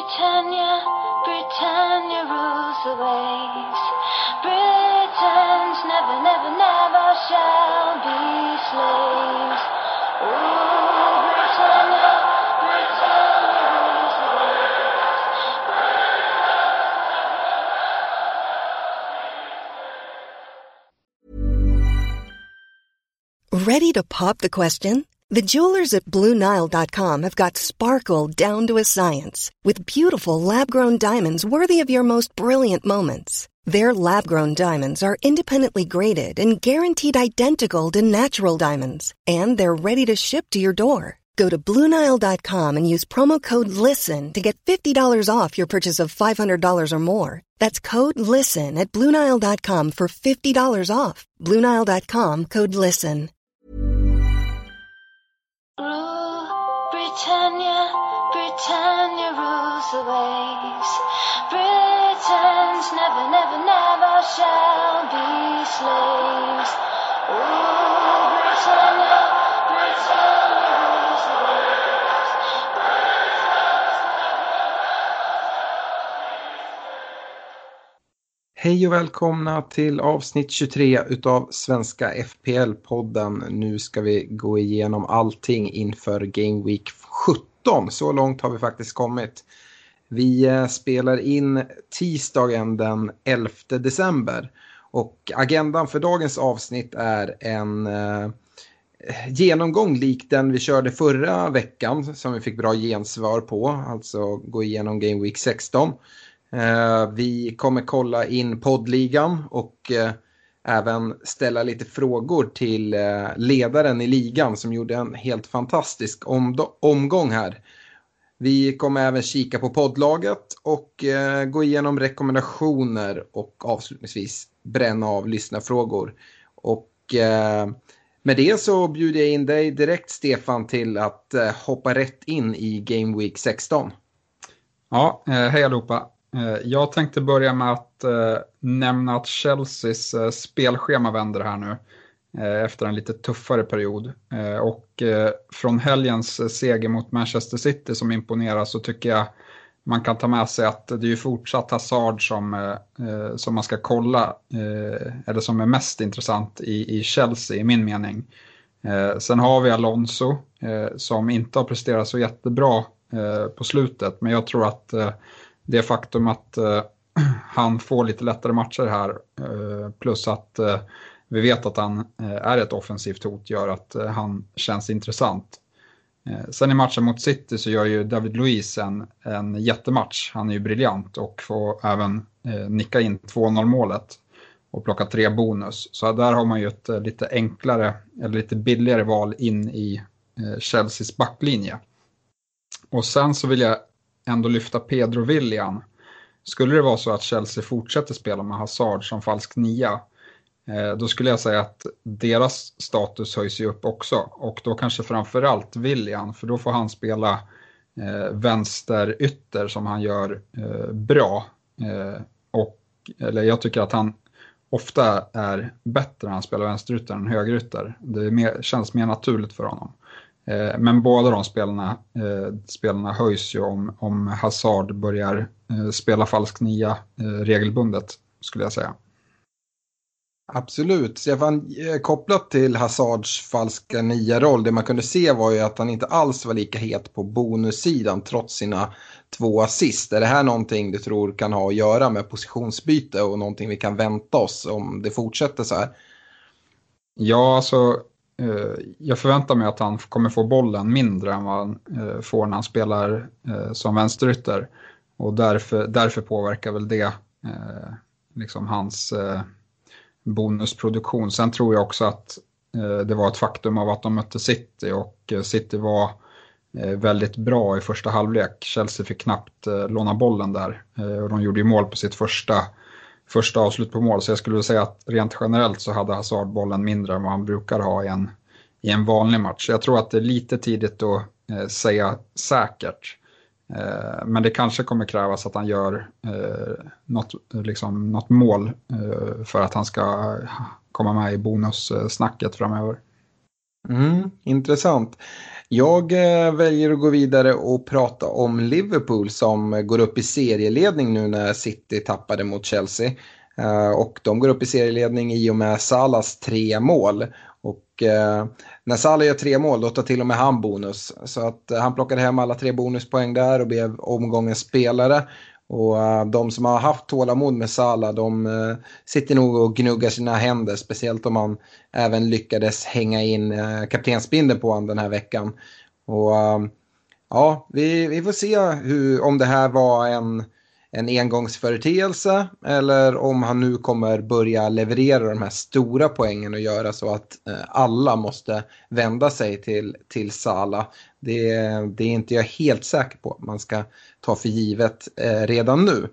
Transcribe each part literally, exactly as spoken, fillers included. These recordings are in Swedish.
Britannia, Britannia rules the waves. Britons never, never, never shall be slaves. Oh, Britannia, Britannia rules the waves. Ready to pop the question? The jewelers at Blue Nile dot com have got sparkle down to a science with beautiful lab-grown diamonds worthy of your most brilliant moments. Their lab-grown diamonds are independently graded and guaranteed identical to natural diamonds, and they're ready to ship to your door. Go to Blue Nile dot com and use promo code LISTEN to get fifty dollars off your purchase of five hundred dollars or more. That's code LISTEN at Blue Nile dot com for fifty dollars off. Blue Nile dot com, code LISTEN. Britannia, Britannia rules the waves. Britons never, never, never shall be slaves. Oh, Britannia, Britannia rules the waves. Hej och välkomna till avsnitt tjugotre utav Svenska F P L-podden. Nu ska vi gå igenom allting inför Game Week sjutton. Så långt har vi faktiskt kommit. Vi spelar in tisdagen den elfte december. Och agendan för dagens avsnitt är en eh, genomgång lik den vi körde förra veckan som vi fick bra gensvar på. Alltså gå igenom Game Week sexton. Uh, vi kommer kolla in poddligan och uh, även ställa lite frågor till uh, ledaren i ligan som gjorde en helt fantastisk om- omgång här. Vi kommer även kika på poddlaget och uh, gå igenom rekommendationer och avslutningsvis bränna av lyssnarfrågor. Och uh, med det så bjuder jag in dig direkt, Stefan, till att uh, hoppa rätt in i Game Week sexton. Ja, uh, hej allihopa. Jag tänkte börja med att eh, nämna att Chelseas eh, spelschema vänder här nu eh, efter en lite tuffare period. Eh, och eh, från helgens eh, seger mot Manchester City som imponerar så tycker jag man kan ta med sig att det är ju fortsatt Hazard som, eh, som man ska kolla eh, eller som är mest intressant i, i Chelsea i min mening. Eh, sen har vi Alonso eh, som inte har presterat så jättebra eh, på slutet, men jag tror att eh, det faktum att uh, han får lite lättare matcher här uh, plus att uh, vi vet att han uh, är ett offensivt hot gör att uh, han känns intressant. Uh, sen i matchen mot City så gör ju David Luiz en, en jättematch. Han är ju briljant och får även uh, nicka in två noll målet och plocka tre bonus. Så där har man ju ett uh, lite enklare eller lite billigare val in i uh, Chelseas backlinje. Och sen så vill jag ändå lyfta Pedro Willian. Skulle det vara så att Chelsea fortsätter spela med Hazard som falsk nia, eh, då skulle jag säga att deras status höjs ju upp också. Och då kanske framförallt Willian, för då får han spela eh, vänster ytter som han gör eh, bra. Eh, och, eller jag tycker att han ofta är bättre när han spelar vänsterytter än högerytter. Det är mer, känns mer naturligt för honom. Men båda de spelarna, eh, spelarna höjs ju om, om Hazard börjar eh, spela falsk nia eh, regelbundet, skulle jag säga. Absolut. Stefan, kopplat till Hazards falska nia-roll, det man kunde se var ju att han inte alls var lika het på bonussidan trots sina två assist. Är det här någonting du tror kan ha att göra med positionsbyte och någonting vi kan vänta oss om det fortsätter så här? Ja, alltså jag förväntar mig att han kommer få bollen mindre än vad han får när han spelar som vänsterytter. Och därför, därför påverkar väl det liksom hans bonusproduktion. Sen tror jag också att det var ett faktum av att de mötte City och City var väldigt bra i första halvlek. Chelsea fick knappt låna bollen där och de gjorde ju mål på sitt första första avslut på mål, så jag skulle säga att rent generellt så hade Hazard bollen mindre än vad han brukar ha i en, i en vanlig match. Jag tror att det är lite tidigt att eh, säga säkert, eh, men det kanske kommer krävas att han gör eh, något, liksom, något mål eh, för att han ska komma med i bonussnacket framöver. Mm, intressant. Jag eh, väljer att gå vidare och prata om Liverpool som går upp i serieledning nu när City tappade mot Chelsea. Eh, och de går upp i serieledning i och med Salahs tre mål. Och eh, när Salah gör tre mål då tar till och med han bonus. Så att eh, han plockade hem alla tre bonuspoäng där och blev omgångens spelare. Och uh, de som har haft tålamod med Salah, de uh, sitter nog och gnuggar sina händer. Speciellt om man även lyckades hänga in uh, kaptensbindeln på honom den här veckan. Och uh, ja, vi, vi får se hur, om det här var en, en engångsföreteelse. Eller om han nu kommer börja leverera de här stora poängen och göra så att uh, alla måste vända sig till, till Salah. Det, det är inte jag helt säker på. Man ska ta för givet eh, redan nu.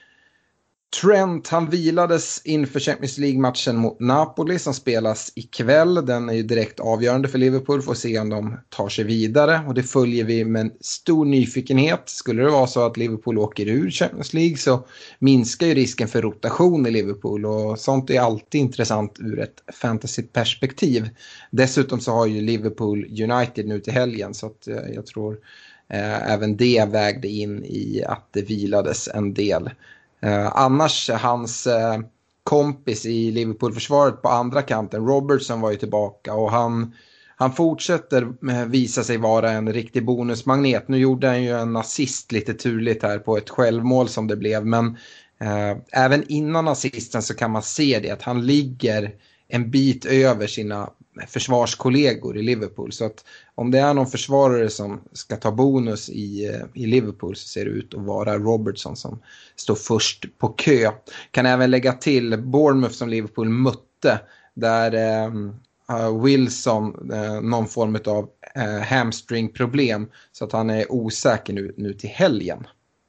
Trent, han vilades inför Champions League-matchen mot Napoli som spelas ikväll. Den är ju direkt avgörande för Liverpool. Får se om de tar sig vidare. Och det följer vi med stor nyfikenhet. Skulle det vara så att Liverpool åker ur Champions League så minskar ju risken för rotation i Liverpool. Och sånt är alltid intressant ur ett fantasyperspektiv. Dessutom så har ju Liverpool United nu till helgen. Så att, eh, jag tror eh, även det vägde in i att det vilades en del. Eh, annars hans eh, kompis i Liverpool-försvaret på andra kanten, Robertson, var ju tillbaka och han, han fortsätter eh, visa sig vara en riktig bonusmagnet. Nu gjorde han ju en assist lite turligt här på ett självmål som det blev, men eh, även innan assisten så kan man se det att han ligger en bit över sina försvarskollegor i Liverpool. Så att om det är någon försvarare som ska ta bonus i, i Liverpool så ser det ut att vara Robertson som står först på kö. Kan även lägga till Bournemouth som Liverpool mötte där eh, Wilson eh, någon form av eh, hamstringproblem så att han är osäker nu, nu till helgen.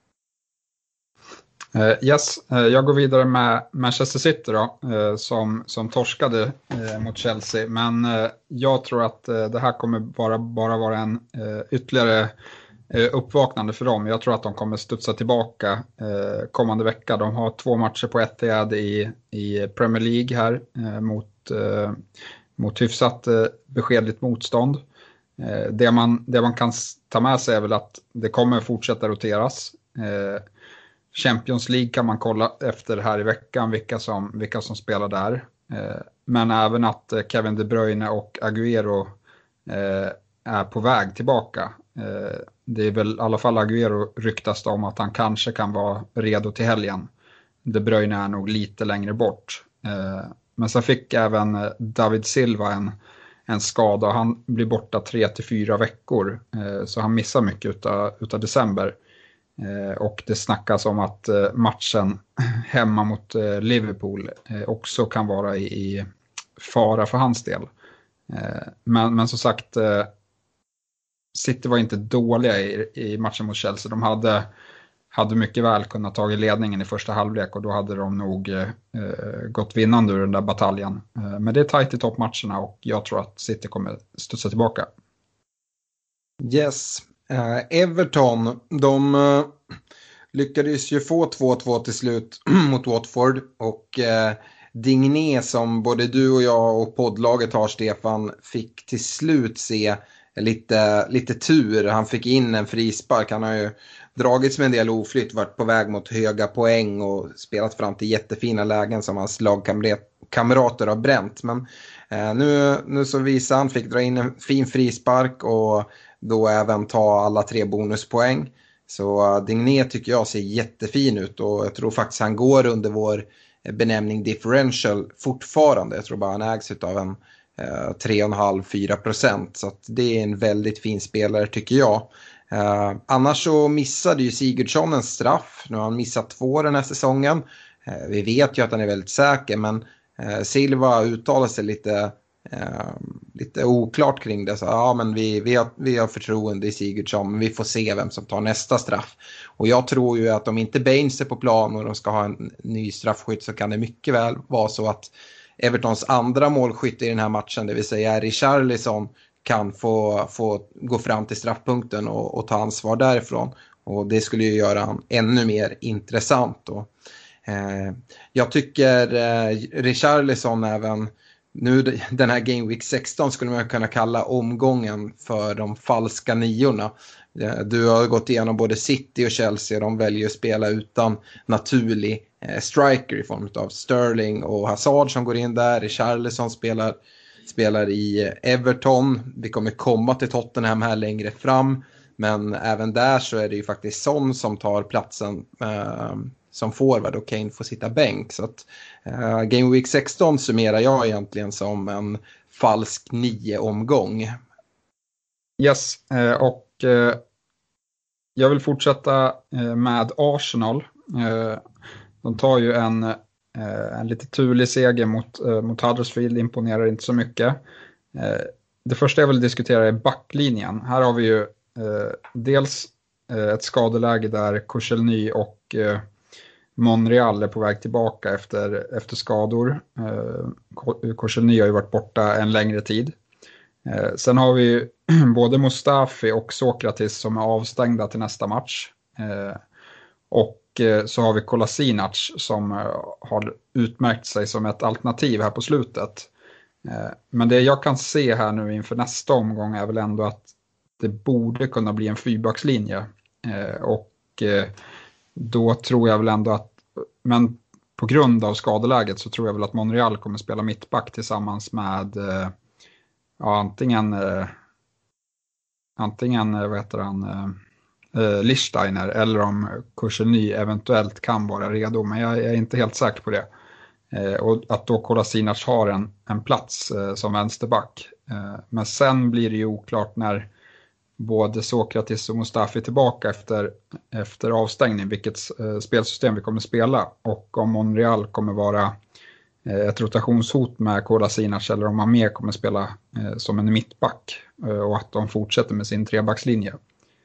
Uh, yes, uh, jag går vidare med Manchester City då, uh, som, som torskade uh, mot Chelsea. Men uh, jag tror att uh, det här kommer bara, bara vara en uh, ytterligare uh, uppvaknande för dem. Jag tror att de kommer studsa tillbaka uh, kommande vecka. De har två matcher på Etihad i, i Premier League här uh, mot, uh, mot hyfsat uh, beskedligt motstånd. Uh, det, man, det man kan ta med sig är väl att det kommer fortsätta roteras. Uh, Champions League kan man kolla efter här i veckan vilka som, vilka som spelar där. Eh, men även att Kevin De Bruyne och Agüero eh, är på väg tillbaka. Eh, det är väl i alla fall Agüero ryktas om att han kanske kan vara redo till helgen. De Bruyne är nog lite längre bort. Eh, men sen fick även David Silva en, en skada. Han blir borta tre till fyra veckor. Eh, så han missar mycket utav, utav december. Eh, och det snackas om att eh, matchen hemma mot eh, Liverpool eh, också kan vara i, i fara för hans del. Eh, men, men som sagt, eh, City var inte dåliga i, i matchen mot Chelsea. De hade, hade mycket väl kunnat ta ledningen i första halvlek och då hade de nog eh, gått vinnande ur den där bataljen. Eh, men det är tajt i toppmatcherna och jag tror att City kommer studsa tillbaka. Yes. Uh, Everton, de uh, lyckades ju få två två till slut mot Watford och uh, Digné som både du och jag och poddlaget har, Stefan, fick till slut se lite, lite tur. Han fick in en frispark, han har ju dragits med en del oflytt, varit på väg mot höga poäng och spelat fram till jättefina lägen som hans lagkamrater har bränt. Men uh, nu, nu så visar han, fick dra in en fin frispark och då även ta alla tre bonuspoäng. Så uh, Digné tycker jag ser jättefin ut och jag tror faktiskt han går under vår benämning differential fortfarande. Jag tror bara han ägs av en uh, tre komma fem till fyra procent. Så att det är en väldigt fin spelare tycker jag. Uh, annars så missade ju Sigurdsson en straff. Nu har han missat två den här säsongen. Uh, vi vet ju att han är väldigt säker, men uh, Silva uttalar sig lite... Uh, lite oklart kring det. Så, ja, men vi, vi, har, vi har förtroende i Sigurdsson, men vi får se vem som tar nästa straff. Och jag tror ju att om inte Baines är på plan och de ska ha en ny straffskytt så kan det mycket väl vara så att Evertons andra målskytt i den här matchen, det vill säga Richarlison, kan få, få gå fram till straffpunkten och, och ta ansvar därifrån. Och det skulle ju göra han ännu mer intressant. Och, eh, jag tycker eh, Richarlison även nu den här Game Week sexton skulle man kunna kalla omgången för de falska niorna. Du har gått igenom både City och Chelsea, de väljer att spela utan naturlig eh, striker i form av Sterling och Hazard som går in där. Richarlison spelar, spelar i Everton. Vi kommer komma till Tottenham här längre fram, men även där så är det ju faktiskt Son som tar platsen eh, som forward och Kane får sitta bänk. Så att eh, Game Week sexton summerar jag egentligen som en falsk nio-omgång. Yes, eh, och eh, jag vill fortsätta eh, med Arsenal. Eh, de tar ju en, eh, en lite turlig seger mot, eh, mot Huddersfield, imponerar inte så mycket. Eh, det första jag vill diskutera är backlinjen. Här har vi ju eh, dels eh, ett skadeläge där Koscielny och eh, Monreal är på väg tillbaka efter, efter skador. Eh, Koscielny har ju varit borta en längre tid. Eh, sen har vi både Mustafi och Sokratis som är avstängda till nästa match. Eh, och eh, så har vi Kolasinac som eh, har utmärkt sig som ett alternativ här på slutet. Eh, men det jag kan se här nu inför nästa omgång är väl ändå att det borde kunna bli en fyrbackslinje. Eh, och eh, då tror jag väl ändå att, men på grund av skadeläget så tror jag väl att Monreal kommer spela mittback tillsammans med eh, ja, antingen eh, antingen, vad heter han, eh, Lichtsteiner, eller om Koscielny eventuellt kan vara redo, men jag, jag är inte helt säker på det. Eh, och att då Kolasinac har en, en plats eh, som vänsterback. Eh, men sen blir det ju oklart när både Sokratis och Mustafi är tillbaka efter, efter avstängning, vilket eh, spelsystem vi kommer spela, och om Monreal kommer vara ett rotationshot med Kolasinac eller om man mer kommer spela eh, som en mittback eh, och att de fortsätter med sin trebackslinje.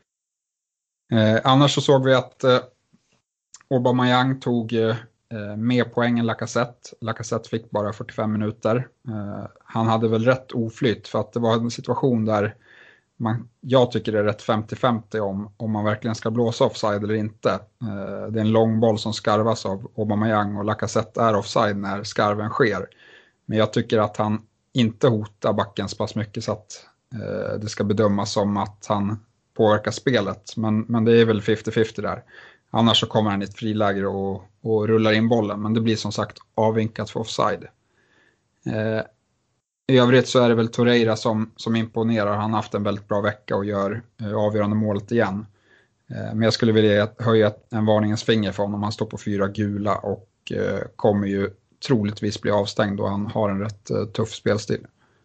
Eh, annars så såg vi att eh, Aubameyang tog eh, mer poäng än Lacazette. Lacazette fick bara fyrtiofem minuter. Eh, han hade väl rätt oflytt för att det var en situation där man, jag tycker det är rätt femtio femtio om, om man verkligen ska blåsa offside eller inte. Eh, det är en lång boll som skarvas av Aubameyang och Lacazette är offside när skarven sker. Men jag tycker att han inte hotar backen så pass mycket så att eh, det ska bedömas som att han påverkar spelet. Men, men det är väl femtio femtio där. Annars så kommer han i ett friläge och, och rullar in bollen. Men det blir som sagt avvinkat för offside. Eh, I övrigt så är det väl Torreira som, som imponerar. Han har haft en väldigt bra vecka och gör eh, avgörande målet igen. Eh, men jag skulle vilja höja en varningens finger för honom. Han står på fyra gula och eh, kommer ju troligtvis bli avstängd och han har en rätt eh, tuff spelstil.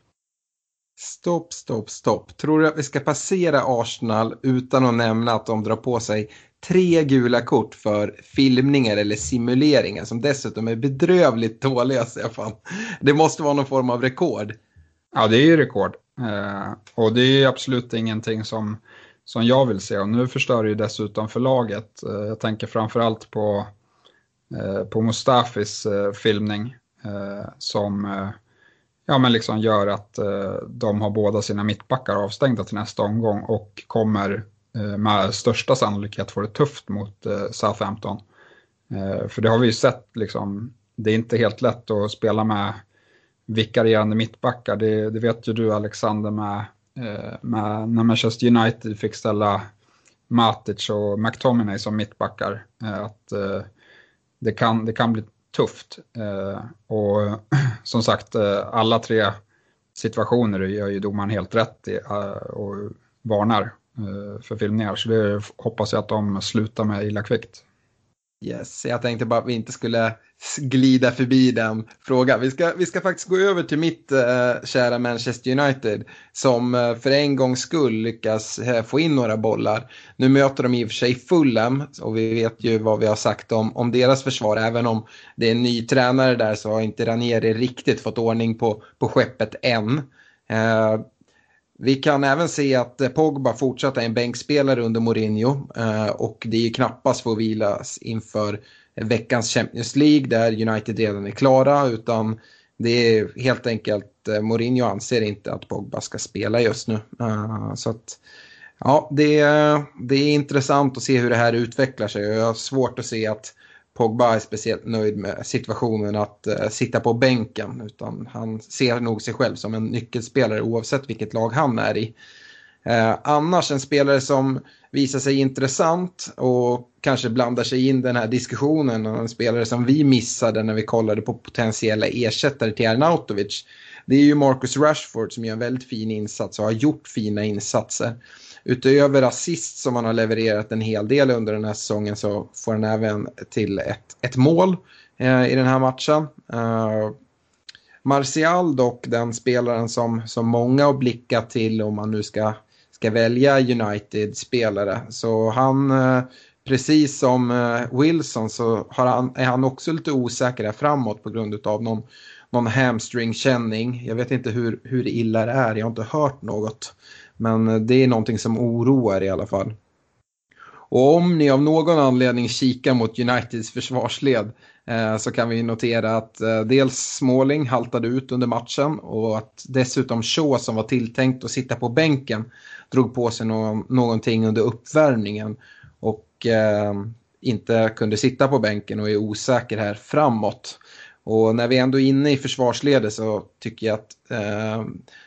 Stopp, stopp, stopp. Tror du att vi ska passera Arsenal utan att nämna att de drar på sig tre gula kort för filmningar eller simuleringar som dessutom är bedrövligt dåliga, Stefan? Det måste vara någon form av rekord. Ja, det är ju rekord. Eh, och det är ju absolut ingenting som, som jag vill se. Och nu förstör det ju dessutom för laget. Eh, jag tänker framförallt på, eh, på Mustafis eh, filmning eh, som eh, ja, men liksom gör att eh, de har båda sina mittbackar avstängda till nästa omgång och kommer eh, med största sannolikhet få det tufft mot eh, Southampton. Eh, för det har vi ju sett, liksom, det är inte helt lätt att spela med vikarierande mittbackar. Det, det vet ju du, Alexander, med, eh, med när Manchester United fick ställa Matic och McTominay som mittbackar. Eh, att eh, det, kan, det kan bli tufft. Eh, och som sagt, eh, alla tre situationer gör ju domaren helt rätt i eh, och varnar eh, för filmningar. Så det hoppas jag att de slutar med illa kvickt. Yes, jag tänkte bara att vi inte skulle glida förbi den frågan. Vi ska, vi ska faktiskt gå över till mitt eh, kära Manchester United som eh, för en gångs skull lyckas eh, få in några bollar. Nu möter de i och för sig Fulham och vi vet ju vad vi har sagt om, om deras försvar. Även om det är en ny tränare där så har inte Ranieri riktigt fått ordning på, på skeppet än. Eh, Vi kan även se att Pogba fortsatt är en bänkspelare under Mourinho och det är ju knappast för att vilas inför veckans Champions League där United redan är klara, utan det är helt enkelt Mourinho anser inte att Pogba ska spela just nu. Så att ja, det är, det är intressant att se hur det här utvecklar sig och jag har svårt att se att Pogba är speciellt nöjd med situationen att uh, sitta på bänken, utan han ser nog sig själv som en nyckelspelare oavsett vilket lag han är i. Uh, annars en spelare som visar sig intressant och kanske blandar sig in den här diskussionen, och en spelare som vi missade när vi kollade på potentiella ersättare till Arnautovic, det är ju Marcus Rashford som gör en väldigt fin insats och har gjort fina insatser. Utöver assist som han har levererat en hel del under den här säsongen, så får han även till ett, ett mål eh, i den här matchen. Eh, Martial dock, den spelaren som, som många har blickat till om man nu ska, ska välja United-spelare. Så han, eh, precis som eh, Wilson, så har han, är han också lite osäker här framåt på grund av någon, någon hamstringkänning. Jag vet inte hur, hur illa det är, jag har inte hört något. Men det är någonting som oroar i alla fall. Och om ni av någon anledning kikar mot Uniteds försvarsled eh, så kan vi notera att eh, dels Smalling haltade ut under matchen, och att dessutom Shaw, som var tilltänkt att sitta på bänken, drog på sig någon, någonting under uppvärmningen och eh, inte kunde sitta på bänken och är osäker här framåt. Och när vi ändå är inne i försvarsledet så tycker jag att eh,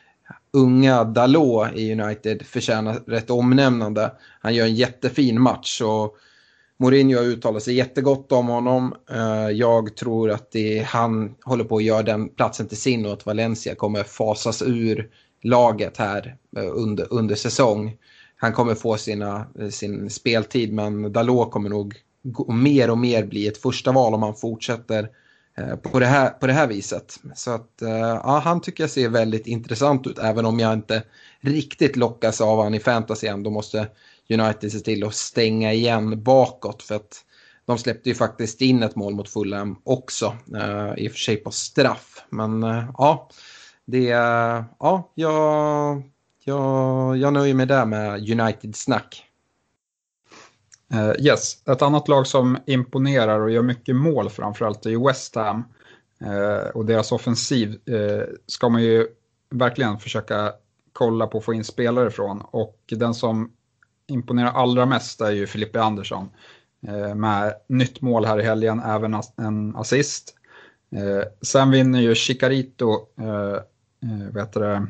unga Dalot i United förtjänar rätt omnämnande. Han gör en jättefin match och Mourinho uttalar sig jättegott om honom. Jag tror att det, han håller på att göra den platsen till sin, och att Valencia kommer fasas ur laget här under, under säsong. Han kommer få sina, sin speltid, men Dalot kommer nog mer och mer bli ett första val om han fortsätter på det här, på det här viset. Så att ja, han tycker jag ser väldigt intressant ut, även om jag inte riktigt lockas av han i fantasy än. Då måste United se till att stänga igen bakåt, för att de släppte ju faktiskt in ett mål mot Fulham också, i och för sig på straff. Men ja, det ja, jag, jag, jag nöjer mig där med United-snack. Uh, yes, ett annat lag som imponerar och gör mycket mål framförallt är ju West Ham. Uh, och deras offensiv uh, ska man ju verkligen försöka kolla på och få in spelare från. Och den som imponerar allra mest är ju Felipe Andersson. Uh, med nytt mål här i helgen, även en assist. Uh, sen vinner ju Chicharito uh, uh, vet det,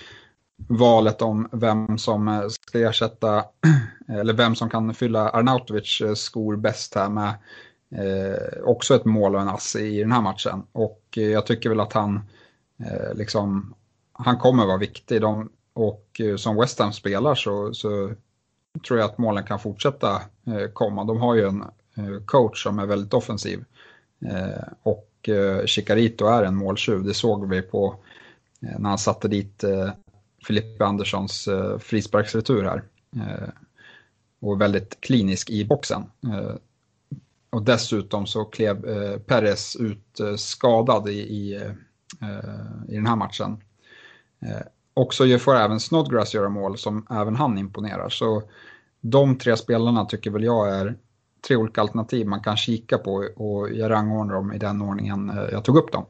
valet om vem som ska ersätta, eller vem som kan fylla Arnautovic skor bäst här, med eh, också ett mål och en ass i den här matchen. Och eh, jag tycker väl att han eh, liksom, han kommer vara viktig. De, och eh, som West Ham spelar så, så tror jag att målen kan fortsätta eh, komma. De har ju en eh, coach som är väldigt offensiv. Eh, och eh, Chicharito är en måltjuv. Det såg vi på eh, när han satte dit eh, Felipe Anderssons eh, frisparksretur här. Eh, och väldigt klinisk i boxen. Eh, och dessutom så klev eh, Perez ut eh, skadad i, i, eh, i den här matchen. Eh, också får även Snodgrass göra mål, som även han imponerar. Så de tre spelarna tycker väl jag är tre olika alternativ man kan kika på, och jag rangordnar dem i den ordningen eh, jag tog upp dem.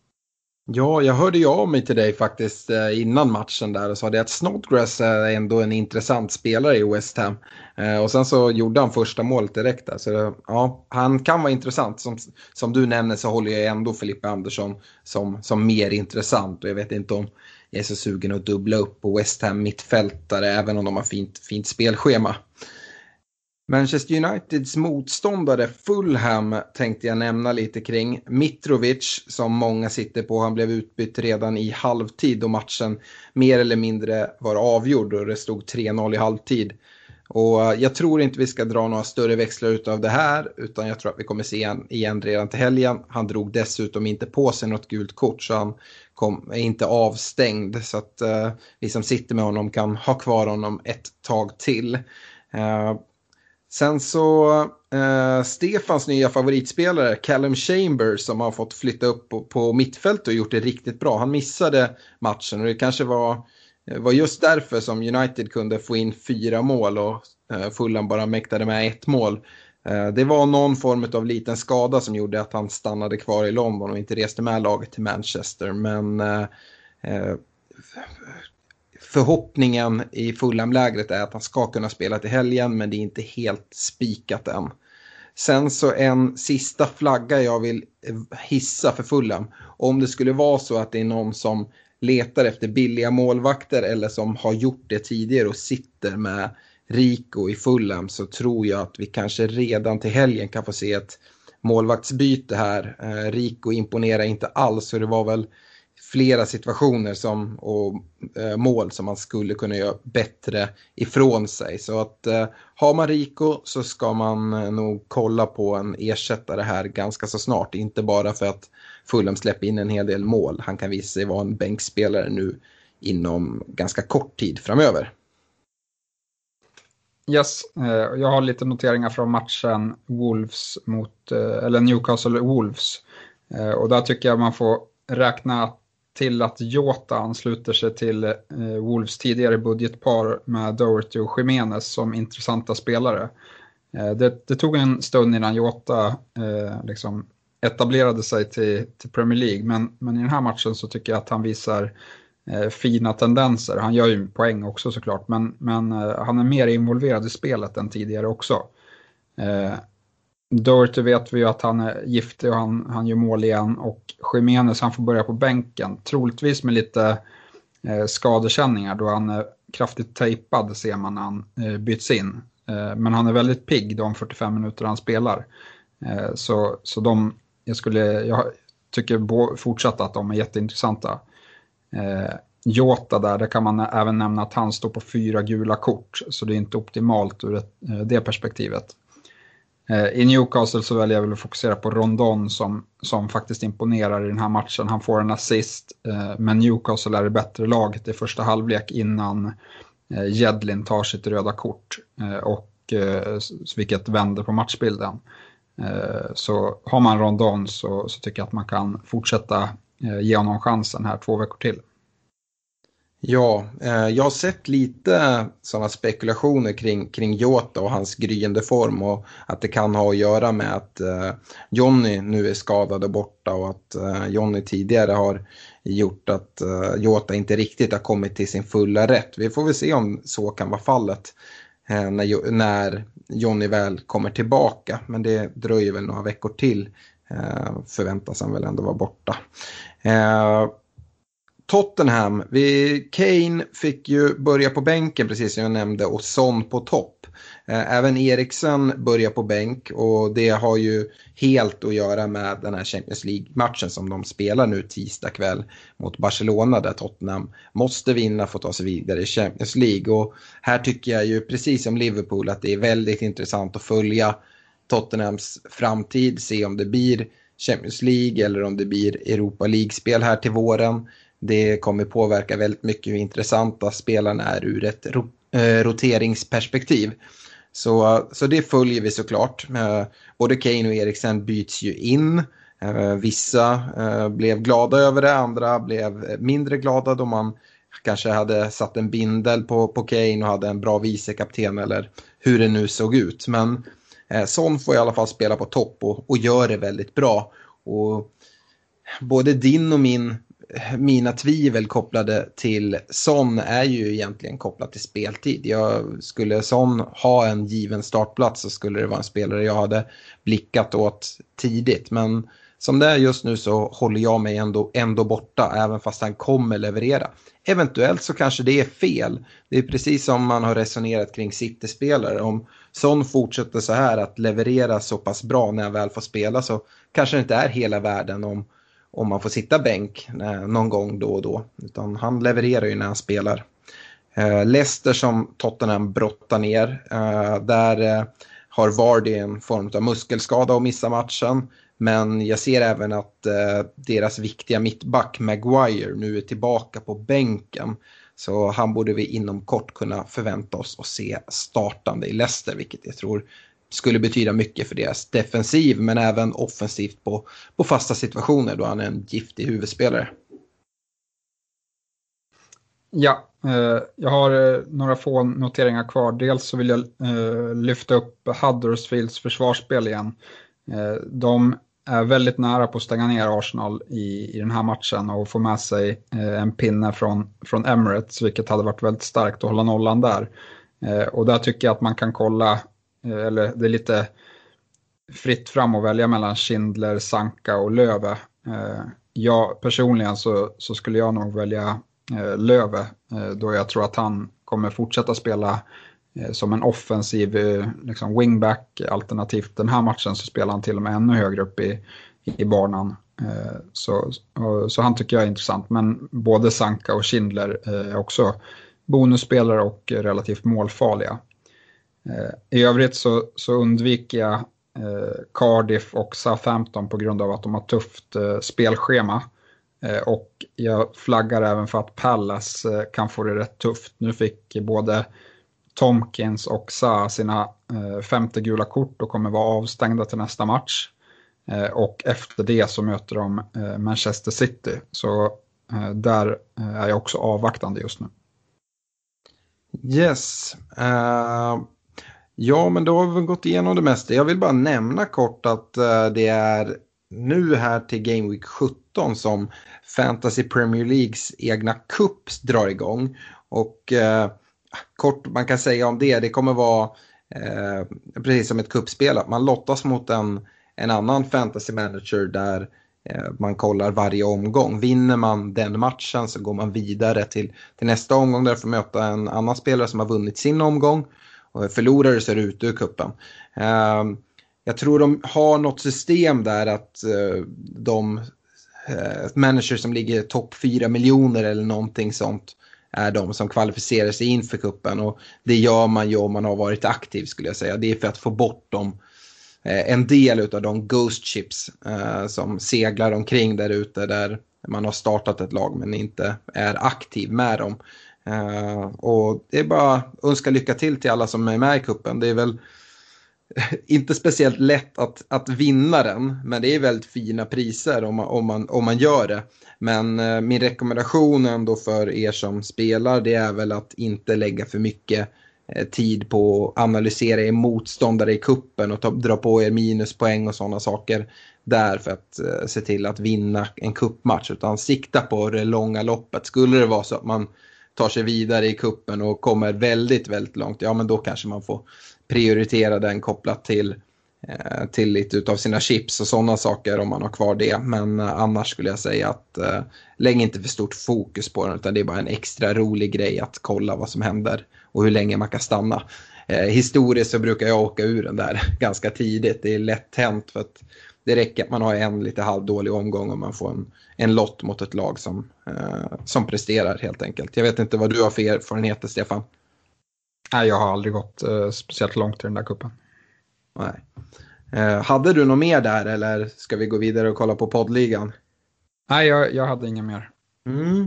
Ja, jag hörde ju av mig till dig faktiskt innan matchen där och sa det att Snodgrass är ändå en intressant spelare i West Ham. Och sen så gjorde han första målet direkt där. Så ja, han kan vara intressant. Som, som du nämner så håller jag ändå Felipe Andersson som, som mer intressant. Och jag vet inte om jag är så sugen att dubbla upp på West Ham mittfältare, även om de har fint, fint spelschema. Manchester Uniteds motståndare Fulham tänkte jag nämna lite kring. Mitrovic, som många sitter på, han blev utbytt redan i halvtid och matchen mer eller mindre var avgjord och det stod tre noll i halvtid. Och jag tror inte vi ska dra några större växlar utav det här, utan jag tror att vi kommer se igen, igen redan till helgen. Han drog dessutom inte på sig något gult kort, så han kom, är inte avstängd, så att uh, vi som sitter med honom kan ha kvar honom ett tag till. Uh, Sen så eh, Stefans nya favoritspelare Callum Chambers, som har fått flytta upp på, på mittfält och gjort det riktigt bra. Han missade matchen och det kanske var, var just därför som United kunde få in fyra mål och eh, Fulham bara mäktade med ett mål. Eh, det var någon form av liten skada som gjorde att han stannade kvar i London och inte reste med laget till Manchester. Men eh, eh, förhoppningen i Fulham-lägret är att han ska kunna spela till helgen, men det är inte helt spikat än. Sen så en sista flagga jag vill hissa för Fulham. Om det skulle vara så att det är någon som letar efter billiga målvakter eller som har gjort det tidigare och sitter med Rico i Fulham, så tror jag att vi kanske redan till helgen kan få se ett målvaktsbyte här. Eh, Rico imponerar inte alls, så det var väl flera situationer som, och eh, mål som man skulle kunna göra bättre ifrån sig. Så att eh, har man Rico så ska man eh, nog kolla på en ersättare här ganska så snart. Inte bara för att Fulham släpper in en hel del mål. Han kan visa sig vara en bänkspelare nu inom ganska kort tid framöver. Yes, jag har lite noteringar från matchen Wolves mot, eller Newcastle Wolves. Och där tycker jag man får räkna till att Jota ansluter sig till Wolves tidigare budgetpar med Doherty och Jimenez som intressanta spelare. Det, det tog en stund innan Jota eh, liksom etablerade sig till, till Premier League, men, men i den här matchen så tycker jag att han visar eh, fina tendenser. Han gör ju poäng också såklart, men, men eh, han är mer involverad i spelet än tidigare också. Eh, Doherty vet vi ju att han är giftig och han, han gör mål igen, och Jimenez han får börja på bänken, troligtvis med lite eh, skadekänningar då han är kraftigt tejpad, ser man när han eh, byts in. Eh, men han är väldigt pigg de fyrtiofem minuter han spelar. Eh, så, så de, jag, skulle, jag tycker bo, fortsatt att de är jätteintressanta. Eh, Jota där, där kan man även nämna att han står på fyra gula kort, så det är inte optimalt ur ett, eh, det perspektivet. I Newcastle så väljer jag väl att fokusera på Rondon som, som faktiskt imponerar i den här matchen. Han får en assist, men Newcastle är det bättre laget i första halvlek innan Jedlin tar sitt röda kort, och vilket vänder på matchbilden. Så har man Rondon så, så tycker jag att man kan fortsätta ge honom chansen här två veckor till. Ja, eh, jag har sett lite sådana spekulationer kring, kring Jota och hans gryende form, och att det kan ha att göra med att eh, Johnny nu är skadad och borta, och att eh, Johnny tidigare har gjort att eh, Jota inte riktigt har kommit till sin fulla rätt. Vi får väl se om så kan vara fallet eh, när, när Johnny väl kommer tillbaka, men det dröjer väl några veckor till, eh, förväntas han väl ändå vara borta. Eh, Tottenham, vi, Kane fick ju börja på bänken precis som jag nämnde, och Son på topp. Även Eriksen börjar på bänk, och det har ju helt att göra med den här Champions League-matchen som de spelar nu tisdag kväll mot Barcelona, där Tottenham måste vinna för att ta sig vidare i Champions League. Och här tycker jag ju precis som Liverpool att det är väldigt intressant att följa Tottenhams framtid, se om det blir Champions League eller om det blir Europa League-spel här till våren. Det kommer påverka väldigt mycket hur intressanta spelarna är ur ett ro- eh, roteringsperspektiv. Så, så det följer vi såklart. Eh, både Kane och Eriksen byts ju in. Eh, vissa eh, blev glada över det, andra blev mindre glada då man kanske hade satt en bindel på, på Kane och hade en bra vicekapten eller hur det nu såg ut. Men eh, Son får i alla fall spela på topp och, och gör det väldigt bra. Och både din och min mina tvivel kopplade till Son är ju egentligen kopplat till speltid. Jag skulle Son ha en given startplats så skulle det vara en spelare jag hade blickat åt tidigt. Men som det är just nu så håller jag mig ändå, ändå borta, även fast han kommer leverera. Eventuellt så kanske det är fel. Det är precis som man har resonerat kring City-spelare. Om Son fortsätter så här att leverera så pass bra när han väl får spela, så kanske det inte är hela världen om om man får sitta bänk någon gång då och då. Utan han levererar ju när han spelar. Eh, Leicester som Tottenham brottar ner. Eh, där eh, har Vardy en form av muskelskada och missar matchen. Men jag ser även att eh, deras viktiga mittback Maguire nu är tillbaka på bänken. Så han borde vi inom kort kunna förvänta oss att se startande i Leicester, vilket jag tror skulle betyda mycket för deras defensiv, men även offensivt på, på fasta situationer då han är en giftig huvudspelare. Ja, eh, jag har eh, några få noteringar kvar. Dels så vill jag eh, lyfta upp Huddersfields försvarsspel igen. Eh, de är väldigt nära på att stänga ner Arsenal i, i den här matchen och få med sig eh, en pinne från, från Emirates, vilket hade varit väldigt starkt att hålla nollan där. Eh, och där tycker jag att man kan kolla, eller det är lite fritt fram att välja mellan Schindler, Sanka och Löve. Eh, jag personligen så, så skulle jag nog välja eh, Löve eh, då jag tror att han kommer fortsätta spela eh, som en offensiv eh, liksom wingback. Alternativt den här matchen så spelar han till och med ännu högre upp i, i banan. Eh, så, och, så han tycker jag är intressant. Men både Sanka och Schindler är eh, också bonusspelare och relativt målfarliga. Eh, I övrigt så, så undviker jag eh, Cardiff och Southampton på grund av att de har tufft eh, spelschema. Eh, och jag flaggar även för att Palace eh, kan få det rätt tufft. Nu fick både Tomkins och Sa sina eh, femte gula kort och kommer vara avstängda till nästa match. Eh, och efter det så möter de eh, Manchester City. Så eh, där eh, är jag också avvaktande just nu. Yes. Uh, ja, men då har vi gått igenom det mesta. Jag vill bara nämna kort att uh, det är nu här till Game Week sjutton som Fantasy Premier Leagues egna cups drar igång. Och uh, kort man kan säga om det, det kommer vara uh, precis som ett kuppspel. Att man lottas mot en, en annan fantasy manager där man kollar varje omgång. Vinner man den matchen så går man vidare till, till nästa omgång där för att möta en annan spelare som har vunnit sin omgång. Och förlorare så är det ute ur kuppen. Uh, jag tror de har något system där att uh, de uh, managers som ligger topp fyra miljoner eller någonting sånt är de som kvalificerar sig in för kuppen. Och det gör man ju om man har varit aktiv skulle jag säga. Det är för att få bort dem. En del av de ghost chips eh, som seglar omkring där ute där man har startat ett lag men inte är aktiv med dem. Eh, och det är bara att önska lycka till till alla som är med i kuppen. Det är väl inte speciellt lätt att, att vinna den, men det är väldigt fina priser om man, om man, om man gör det. Men eh, min rekommendation ändå för er som spelar, det är väl att inte lägga för mycket tid på att analysera er motståndare i kuppen och ta, dra på er minuspoäng och sådana saker där för att uh, se till att vinna en kuppmatch, utan sikta på det långa loppet. Skulle det vara så att man tar sig vidare i kuppen och kommer väldigt, väldigt långt, ja men då kanske man får prioritera den kopplat till, uh, till lite utav sina chips och sådana saker om man har kvar det. Men uh, annars skulle jag säga att uh, lägg inte för stort fokus på den, utan det är bara en extra rolig grej att kolla vad som händer och hur länge man kan stanna. Eh, historiskt så brukar jag åka ur den där ganska tidigt. Det är lätt hänt för att det räcker att man har en lite halvdålig omgång och man får en, en lott mot ett lag som, eh, som presterar helt enkelt. Jag vet inte vad du har för erfarenheter, Stefan? Nej, jag har aldrig gått eh, speciellt långt i den där kuppen. Nej. Eh, hade du något mer där eller ska vi gå vidare och kolla på poddligan? Nej, jag, jag hade inga mer. Mm.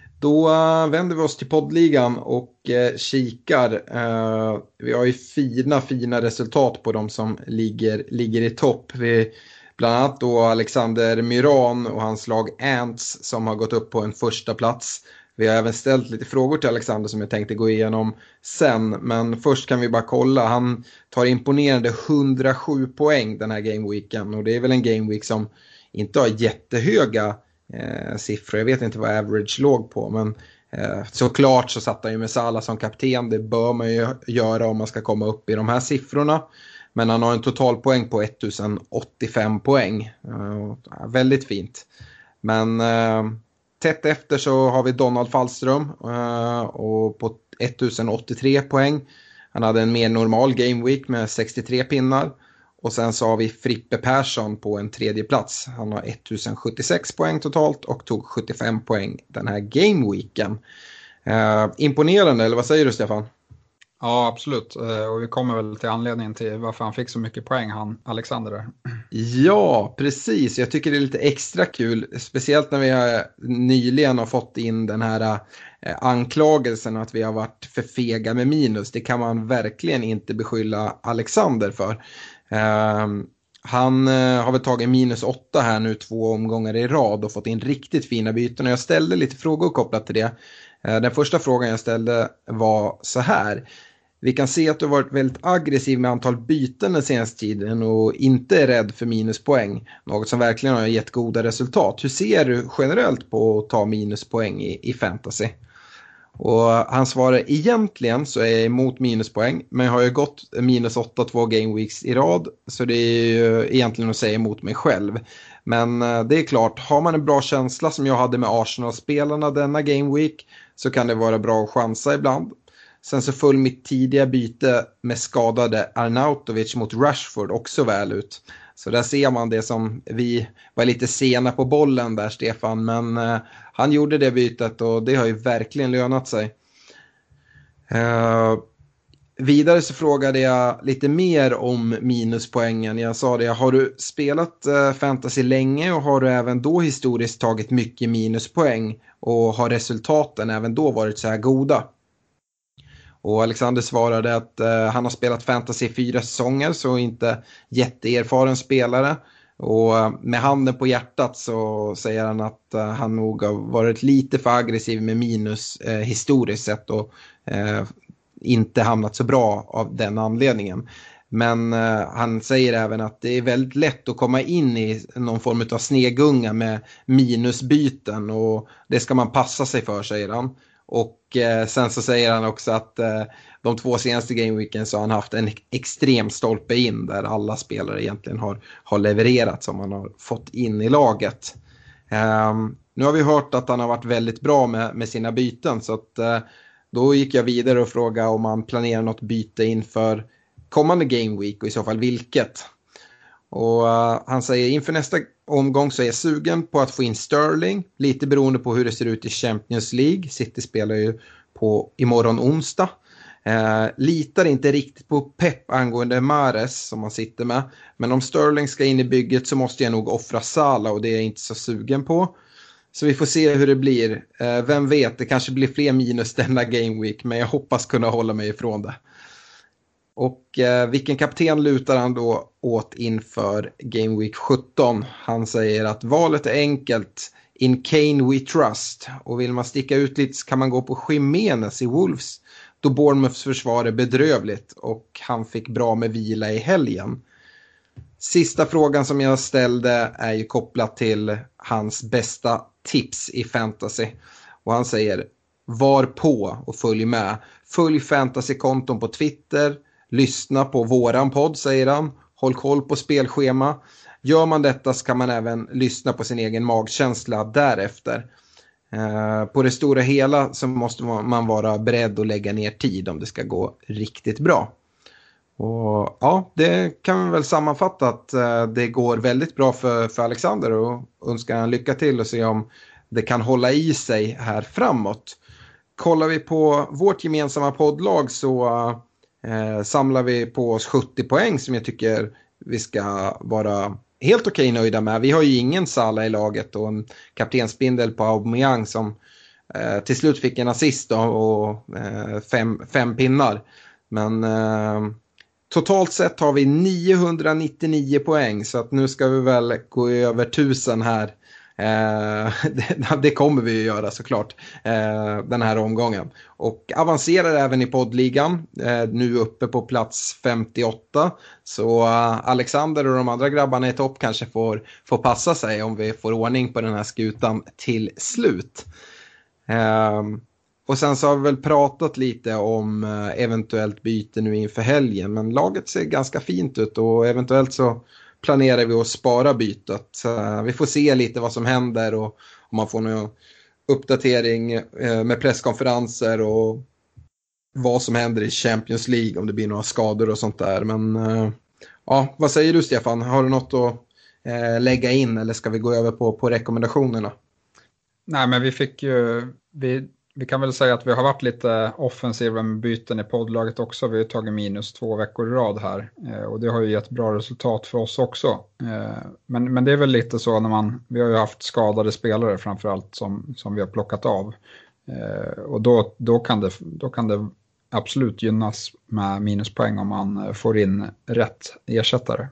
Då uh, vänder vi oss till poddligan och uh, kikar. Uh, vi har ju fina, fina resultat på de som ligger, ligger i topp. Vi, bland annat då Alexander Myran och hans lag Ants som har gått upp på en första plats. Vi har även ställt lite frågor till Alexander som jag tänkte gå igenom sen. Men först kan vi bara kolla. Han tar imponerande hundrasju poäng den här gameweeken. Och det är väl en gameweek som inte har jättehöga Eh, siffror. Jag vet inte vad average låg på, men eh, såklart så satt han ju med Salah som kapten. Det bör man ju göra om man ska komma upp i de här siffrorna. Men han har en totalpoäng på tusen åttiofem poäng. Eh, väldigt fint. Men eh, tätt efter så har vi Donald Fallström eh, och på tusen åttiotre poäng. Han hade en mer normal game week med sextiotre pinnar. Och sen så har vi Frippe Persson på en tredje plats. Han har tusen sjuttiosex poäng totalt och tog sjuttiofem poäng den här gameweeken. Eh, imponerande, eller vad säger du, Stefan? Ja, absolut. Eh, och vi kommer väl till anledningen till varför han fick så mycket poäng, han Alexander där. Ja, precis. Jag tycker det är lite extra kul. Speciellt när vi har, nyligen har fått in den här eh, anklagelsen att vi har varit för fega med minus. Det kan man verkligen inte beskylla Alexander för. Uh, han uh, har väl tagit minus åtta här nu två omgångar i rad och fått in riktigt fina byten, och jag ställde lite frågor kopplat till det. Uh, den första frågan jag ställde var så här: vi kan se att du har varit väldigt aggressiv med antal byten den senaste tiden och inte är rädd för minuspoäng, något som verkligen har gett goda resultat. Hur ser du generellt på att ta minuspoäng i, i fantasy? Och han svarar, egentligen så är jag emot minuspoäng, men jag har ju gått minus åtta två game weeks i rad, så det är ju egentligen att säga emot mig själv. Men det är klart, har man en bra känsla som jag hade med Arsenal-spelarna denna game week, så kan det vara bra att chansa ibland. Sen så föll mitt tidiga byte med skadade Arnautovic mot Rashford också väl ut. Så där ser man det som vi var lite sena på bollen där, Stefan. Men eh, han gjorde det bytet och det har ju verkligen lönat sig. Eh, vidare så frågade jag lite mer om minuspoängen. Jag sa det, har du spelat eh, fantasy länge och har du även då historiskt tagit mycket minuspoäng? Och har resultaten även då varit så här goda? Och Alexander svarade att eh, han har spelat fantasy i fyra säsonger, så inte jätteerfaren spelare. Och eh, med handen på hjärtat så säger han att eh, han nog har varit lite för aggressiv med minus eh, historiskt sett och eh, inte hamnat så bra av den anledningen. Men eh, han säger även att det är väldigt lätt att komma in i någon form av snegunga med minusbyten, och det ska man passa sig för, säger han. Och eh, sen så säger han också att eh, de två senaste gameweeken så har han haft en extrem stolpe in där alla spelare egentligen har, har levererat som han har fått in i laget. Eh, nu har vi hört att han har varit väldigt bra med, med sina byten, så att, eh, då gick jag vidare och frågade om han planerar något byte inför kommande gameweek och i så fall vilket. Och uh, han säger, inför nästa omgång så är jag sugen på att få in Sterling, lite beroende på hur det ser ut i Champions League. City spelar ju på imorgon onsdag. Uh, litar inte riktigt på Pep angående Mahrez som man sitter med. Men om Sterling ska in i bygget så måste jag nog offra Salah, och det är jag inte så sugen på. Så vi får se hur det blir. Uh, vem vet, det kanske blir fler minus denna game week, men jag hoppas kunna hålla mig ifrån det. Och eh, vilken kapten lutar han då åt inför Game Week sjutton? Han säger att valet är enkelt. In Kane we trust. Och vill man sticka ut lite så kan man gå på Jimenez i Wolves. Då Bournemouths försvar är bedrövligt och han fick bra med vila i helgen. Sista frågan som jag ställde är ju kopplat till hans bästa tips i fantasy. Och han säger, var på och följ med. Följ fantasykonton på Twitter. Lyssna på våran podd, säger han. Håll koll på spelschema. Gör man detta så kan man även lyssna på sin egen magkänsla därefter. Eh, på det stora hela så måste man vara beredd att lägga ner tid om det ska gå riktigt bra. Och ja, det kan vi väl sammanfatta att eh, det går väldigt bra för, för Alexander, och önskar han lycka till och se om det kan hålla i sig här framåt. Kollar vi på vårt gemensamma poddlag så eh, samlar vi på oss sjuttio poäng som jag tycker vi ska vara helt okej nöjda med. Vi har ju ingen Salah i laget och en kaptensbindel på Aubameyang som eh, till slut fick en assist då, och eh, fem, fem pinnar. Men eh, totalt sett har vi niohundranittionio poäng, så att nu ska vi väl gå över tusen här. Eh, det, det kommer vi ju göra såklart eh, den här omgången. Och avancerar även i poddligan, eh, nu uppe på plats femtioåtta. Så eh, Alexander och de andra grabbarna i topp kanske får, får passa sig om vi får ordning på den här skutan till slut. Eh, och sen så har vi väl pratat lite om eh, eventuellt byte nu inför helgen. Men laget ser ganska fint ut och eventuellt så planerar vi att spara bytet. Så vi får se lite vad som händer och om man får någon uppdatering med presskonferenser och vad som händer i Champions League, om det blir några skador och sånt där. Men ja, vad säger du Stefan? Har du något att lägga in eller ska vi gå över på, på rekommendationerna? Nej, men vi fick ju... Vi... Vi kan väl säga att vi har varit lite offensiva med byten i poddlaget också. Vi har tagit minus två veckor i rad här. Eh, och det har ju gett bra resultat för oss också. Eh, men, men det är väl lite så när man... Vi har ju haft skadade spelare framförallt som, som vi har plockat av. Eh, och då, då, kan det, då kan det absolut gynnas med minuspoäng om man får in rätt ersättare.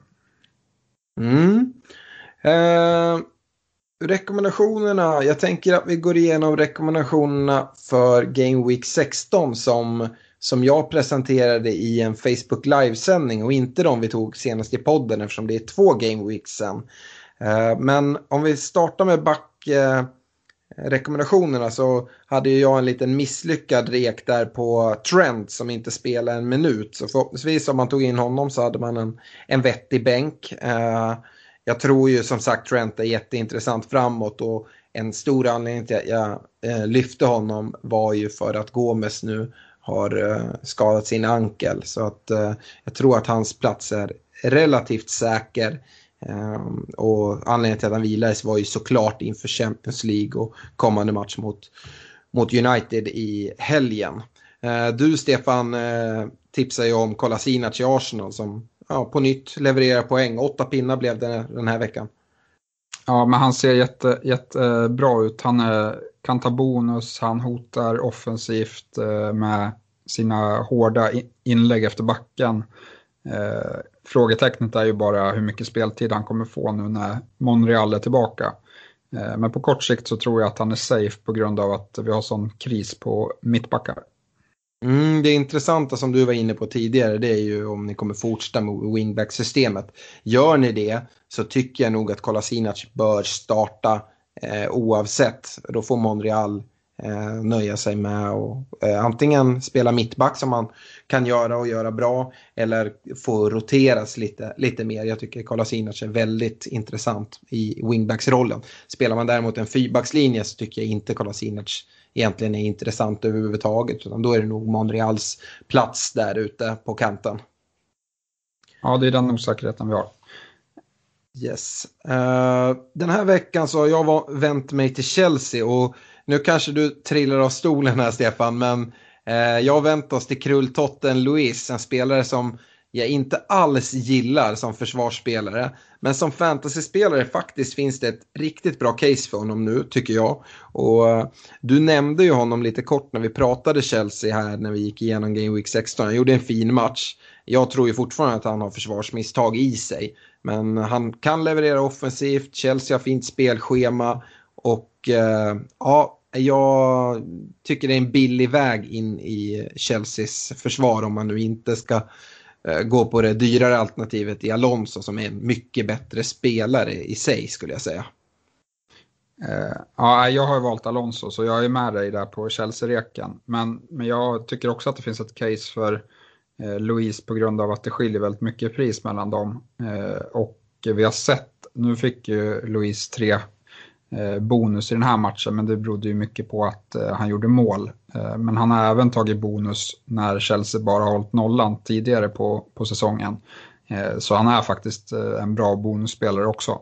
Mm. Eh... Rekommendationerna, jag tänker att vi går igenom rekommendationerna för Game Week sexton som, som jag presenterade i en Facebook livesändning och inte de vi tog senast i podden eftersom det är två Game Weeks sen. Men om vi startar med back, rekommendationerna så hade ju jag en liten misslyckad rek där på Trent som inte spelar en minut. Så förhoppningsvis om man tog in honom så hade man en, en vettig bänk. Uh, jag tror ju som sagt Trent är jätteintressant framåt och en stor anledning till att jag uh, lyfte honom var ju för att Gomes nu har uh, skadat sin ankel. Så att uh, jag tror att hans plats är relativt säker. Um, och anledningen till att han vilades var ju såklart inför Champions League och kommande match mot, mot United i helgen. Uh, du Stefan uh, tipsar ju om Kolasinac i Arsenal som ja, på nytt levererar poäng. Åtta pinnar blev det den här veckan. Ja, men han ser jätte, jätte bra ut. Han uh, kan ta bonus, han hotar offensivt uh, med sina hårda inlägg efter backen. Uh, Frågetecknet är ju bara hur mycket speltid han kommer få nu när Monreal är tillbaka. Men på kort sikt så tror jag att han är safe på grund av att vi har sån kris på mittbackar. Mm, det intressanta som du var inne på tidigare det är ju om ni kommer fortsätta med wingback-systemet. Gör ni det så tycker jag nog att Kolasinac bör starta eh, oavsett. Då får Monreal eh, nöja sig med och eh, antingen spela mittback som man kan göra och göra bra eller få roteras lite, lite mer. Jag tycker Kolasinac är väldigt intressant i wingbacksrollen. Spelar man däremot en fyrbackslinje så tycker jag inte Kolasinac egentligen är intressant överhuvudtaget. Utan då är det nog Monreals plats där ute på kanten. Ja, det är den osäkerheten vi har. Yes. Uh, den här veckan så har jag var, vänt mig till Chelsea och nu kanske du trillar av stolen här Stefan, men eh, jag har vänt oss till Krulltotten Luis, en spelare som jag inte alls gillar som försvarsspelare. Men som fantasyspelare faktiskt finns det ett riktigt bra case för honom nu tycker jag. Och eh, du nämnde ju honom lite kort när vi pratade Chelsea här när vi gick igenom Game Week sexton. Han gjorde en fin match. Jag tror ju fortfarande att han har försvarsmisstag i sig. Men han kan leverera offensivt, Chelsea har fint spelschema och eh, ja, jag tycker det är en billig väg in i Chelseas försvar om man nu inte ska eh, gå på det dyrare alternativet i Alonso som är en mycket bättre spelare i sig skulle jag säga. Eh, ja, jag har valt Alonso så jag är med dig där på Chelsea-reken. Men, men jag tycker också att det finns ett case för eh, Luis på grund av att det skiljer väldigt mycket pris mellan dem. Eh, och vi har sett, nu fick ju Luis tre bonus i den här matchen, men det berodde ju mycket på att uh, han gjorde mål. Uh, men han har även tagit bonus när Chelsea bara har hållit nollan tidigare på, på säsongen. Uh, så han är faktiskt uh, en bra bonusspelare också.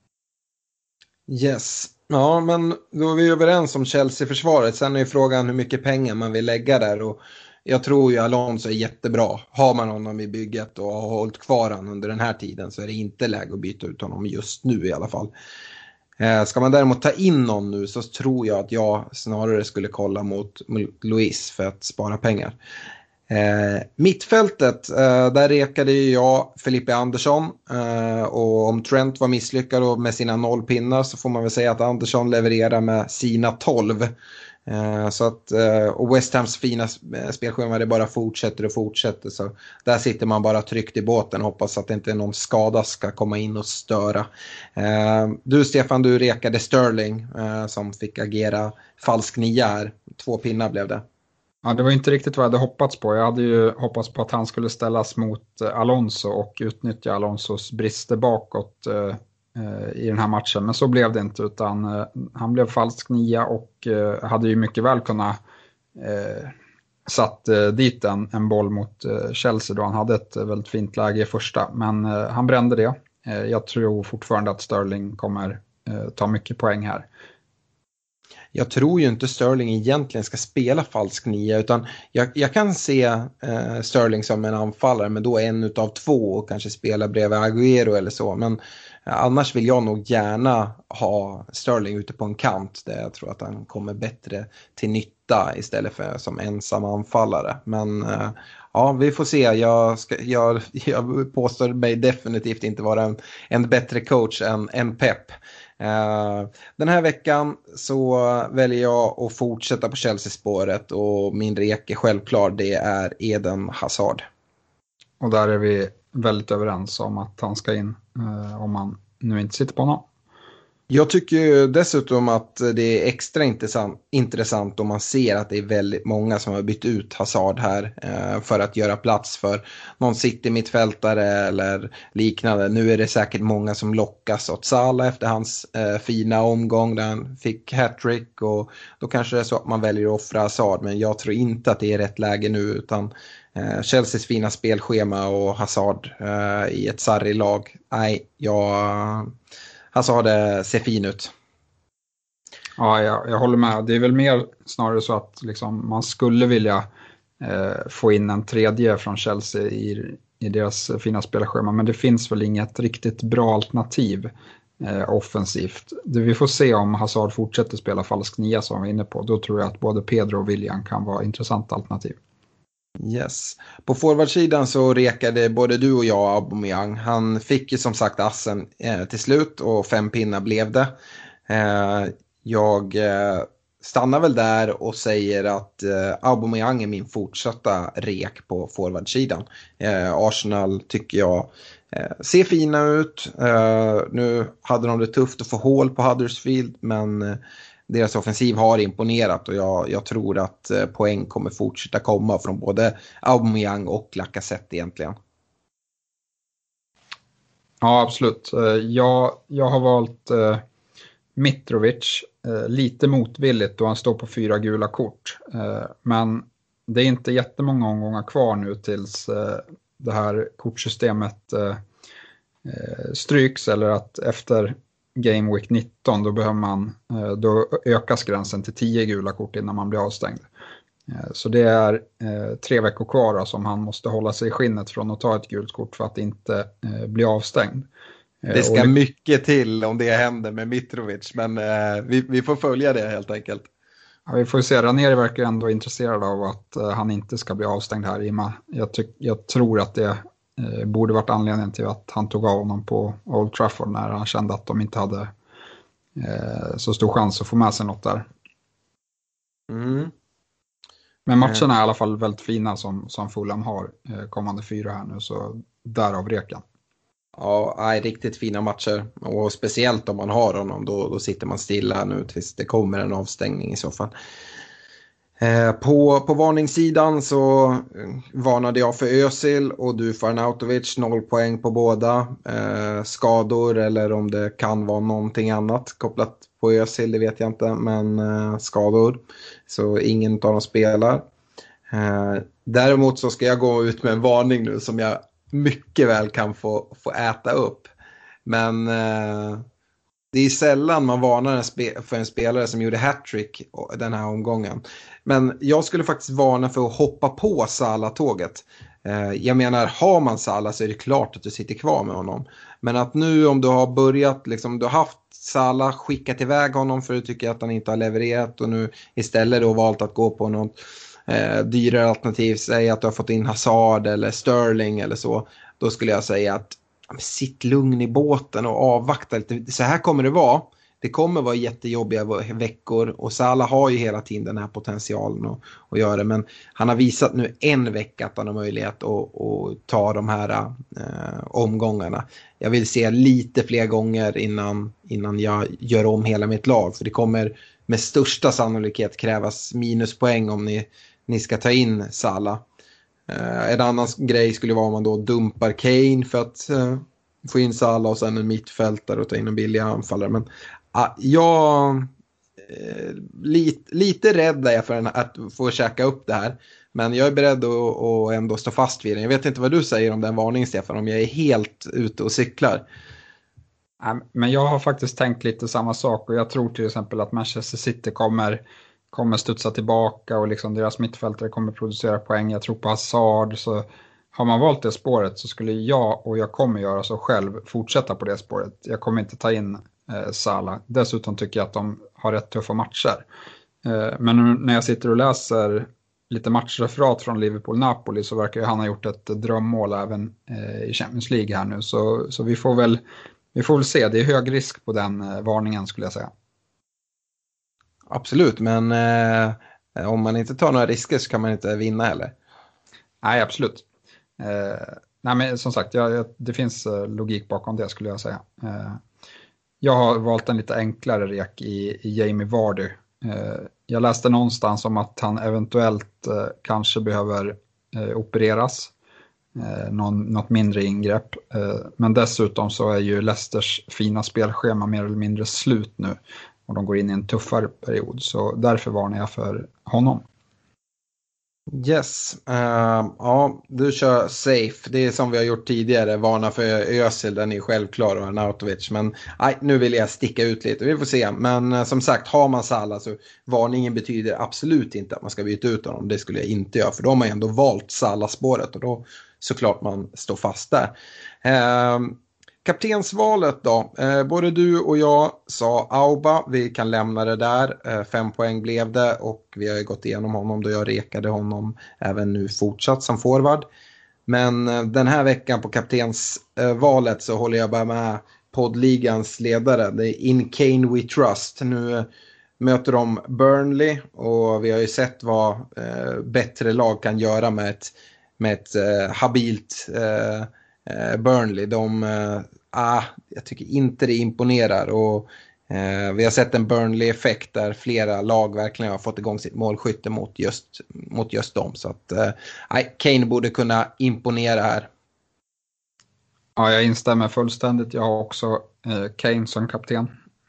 Yes. Ja, men då är vi överens om Chelsea-försvaret. Sen är ju frågan hur mycket pengar man vill lägga där och jag tror ju Alonso är jättebra. Har man honom i bygget och har hållit kvar han under den här tiden så är det inte läge att byta ut honom just nu i alla fall. Ska man däremot ta in någon nu så tror jag att jag snarare skulle kolla mot, mot Luis för att spara pengar. Eh, mittfältet, eh, där rekade ju jag Felipe Andersson eh, och om Trent var misslyckad med sina noll pinnar så får man väl säga att Andersson levererar med sina tolv. Eh, så att, eh, och West Hams fina spelschema det bara fortsätter och fortsätter så där sitter man bara tryggt i båten och hoppas att det inte är någon skada ska komma in och störa. Eh, du Stefan, du rekade Sterling eh, som fick agera falsk nia här. Två pinnar blev det. Ja, det var inte riktigt vad jag hade hoppats på. Jag hade ju hoppats på att han skulle ställas mot Alonso och utnyttja Alonsos brister bakåt eh, i den här matchen. Men så blev det inte utan eh, han blev falsk nia och eh, hade ju mycket väl kunnat eh, satt eh, dit en, en boll mot eh, Chelsea då han hade ett väldigt fint läge i första. Men eh, han brände det. Eh, jag tror fortfarande att Sterling kommer eh, ta mycket poäng här. Jag tror ju inte Sterling egentligen ska spela falsk nia utan jag, jag kan se eh, Sterling som en anfallare men då en utav två och kanske spela bredvid Agüero eller så. Men eh, annars vill jag nog gärna ha Sterling ute på en kant där jag tror att han kommer bättre till nytta istället för som ensam anfallare. Men eh, ja, vi får se. Jag, ska, jag, jag påstår mig definitivt inte vara en, en bättre coach än, än Pep. Uh, den här veckan så väljer jag att fortsätta på Chelsea-spåret och min reke självklar det är Eden Hazard. Och där är vi väldigt överens om att han ska in uh, om man nu inte sitter på honom. Jag tycker ju dessutom att det är extra intressant, intressant om man ser att det är väldigt många som har bytt ut Hazard här eh, för att göra plats för någon City-mittfältare eller liknande. Nu är det säkert många som lockas åt Salah efter hans eh, fina omgång där han fick hattrick, och då kanske det är så att man väljer att offra Hazard, men jag tror inte att det är rätt läge nu, utan eh, Chelseas fina spelschema och Hazard eh, i ett Sarri-lag. Nej, jag... Alltså det ser fin ut. Ja, jag, jag håller med. Det är väl mer snarare så att liksom, man skulle vilja eh, få in en tredje från Chelsea i, i deras fina spelschema. Men det finns väl inget riktigt bra alternativ eh, offensivt. Det vi får se om Hazard fortsätter spela falsk nia som vi är inne på. Då tror jag att både Pedro och William kan vara intressanta alternativ. Yes. På forwardsidan så rekade både du och jag Aubameyang. Han fick ju som sagt assen eh, till slut och fem pinnar blev det. Eh, jag eh, stannar väl där och säger att eh, Aubameyang är min fortsatta rek på forwardsidan. Eh, Arsenal tycker jag eh, ser fina ut. Eh, nu hade de det tufft att få hål på Huddersfield, men eh, deras offensiv har imponerat, och jag, jag tror att eh, poäng kommer fortsätta komma från både Aubameyang och Lacazette egentligen. Ja, absolut. Jag, jag har valt eh, Mitrovic eh, lite motvilligt då han står på fyra gula kort. Eh, men det är inte jättemånga omgångar kvar nu tills eh, det här kortsystemet eh, stryks, eller att efter Game Week nitton då behöver man, då ökas gränsen till tio gula kort innan man blir avstängd. Så det är eh, tre veckor kvar då, som han måste hålla sig i skinnet från att ta ett gult kort för att inte eh, bli avstängd. Det ska och... mycket till om det händer med Mitrovic, men eh, vi, vi får följa det helt enkelt. Ja, vi får se. Ranieri verkar ändå intresserad av att eh, han inte ska bli avstängd här. Ima. Jag, tyck, jag tror att det eh, borde varit anledningen till att han tog av honom på Old Trafford när han kände att de inte hade eh, så stor chans att få med sig något där. Mm. Men matcherna är i alla fall väldigt fina som, som Fulham har eh, kommande fyra här nu, så därav reken. Ja, nej, riktigt fina matcher, och speciellt om man har honom då, då sitter man stilla nu tills det kommer en avstängning i så fall. Eh, på, på varningssidan så varnade jag för Özil och du för Arnautovic, noll poäng på båda. Eh, skador eller om det kan vara någonting annat kopplat på Özil, det vet jag inte, men eh, skador. Så ingen av dem spelar. Eh, däremot så ska jag gå ut med en varning nu som jag mycket väl kan få, få äta upp. Men eh, det är sällan man varnar en spe- för en spelare som gjorde hattrick den här omgången. Men jag skulle faktiskt varna för att hoppa på Salah-tåget. Eh, jag menar, har man Salah så är det klart att du sitter kvar med honom. Men att nu om du har börjat, liksom, du har haft Salah, skickat iväg honom för att du tycker att han inte har levererat, och nu istället då valt att gå på något eh, dyrare alternativ, säg att du har fått in Hazard eller Sterling eller så, då skulle jag säga att ja, sitt lugn i båten och avvakta lite. Så här kommer det vara. Det kommer vara jättejobbiga veckor, och Salah har ju hela tiden den här potentialen att, att göra det. Men han har visat nu en vecka att han har möjlighet att, att ta de här eh, omgångarna. Jag vill se lite fler gånger innan, innan jag gör om hela mitt lag. För det kommer med största sannolikhet krävas minuspoäng om ni, ni ska ta in Salah. Eh, en annan grej skulle vara om man då dumpar Kane för att eh, få in Salah och sen en mittfältare och ta in en billig anfallare. Men ah, jag eh, lite, lite rädd är jag för en, att få käka upp det här. Men jag är beredd att, att ändå stå fast vid den. Jag vet inte vad du säger om den varningen, Stefan, om jag är helt ute och cyklar. Men jag har faktiskt tänkt lite samma sak, och jag tror till exempel att Manchester City kommer, kommer studsa tillbaka och liksom deras mittfältare kommer producera poäng. Jag tror på Hazard, så har man valt det spåret så skulle jag, och jag kommer göra så själv, fortsätta på det spåret. Jag kommer inte ta in eh, Salah. Dessutom tycker jag att de har rätt tuffa matcher. Eh, men nu, när jag sitter och läser lite matchreferat från Liverpool-Napoli så verkar ju han ha gjort ett drömmål även eh, i Champions League här nu. Så, så vi får väl Vi får väl se, det är hög risk på den eh, varningen skulle jag säga. Absolut, men eh, om man inte tar några risker så kan man inte vinna heller. Nej, absolut. Eh, nej, men som sagt, jag, jag, det finns eh, logik bakom det skulle jag säga. Eh, jag har valt en lite enklare rek i, i Jamie Vardy. Eh, jag läste någonstans om att han eventuellt eh, kanske behöver eh, opereras. Eh, någon, något mindre ingrepp. Eh, men dessutom så är ju Leicesters fina spelschema mer eller mindre slut nu. Och de går in i en tuffare period. Så därför varnar jag för honom. Yes, uh, ja du kör safe, det är som vi har gjort tidigare, varna för Özil, den är självklar och Arnautovic, men nej, nu vill jag sticka ut lite, vi får se, men uh, som sagt, har man Salah så varningen betyder absolut inte att man ska byta ut honom, det skulle jag inte göra, för då har man ju ändå valt Salah-spåret och då såklart man står fast där. Uh, Kaptensvalet då, eh, både du och jag sa Auba, vi kan lämna det där, eh, fem poäng blev det och vi har ju gått igenom honom då jag rekade honom även nu fortsatt som forward. Men eh, den här veckan på kaptensvalet eh, så håller jag bara med poddligans ledare, det är In Kane We Trust. Nu eh, möter de Burnley och vi har ju sett vad eh, bättre lag kan göra med ett, med ett eh, habilt eh, Burnley, de, äh, ah, jag tycker inte det imponerar och äh, vi har sett en Burnley-effekt där flera lag verkligen har fått igång sitt målskytte mot just, mot just dem, så att äh, Kane borde kunna imponera här. Ja, jag instämmer fullständigt, jag har också äh, Kane som kapten.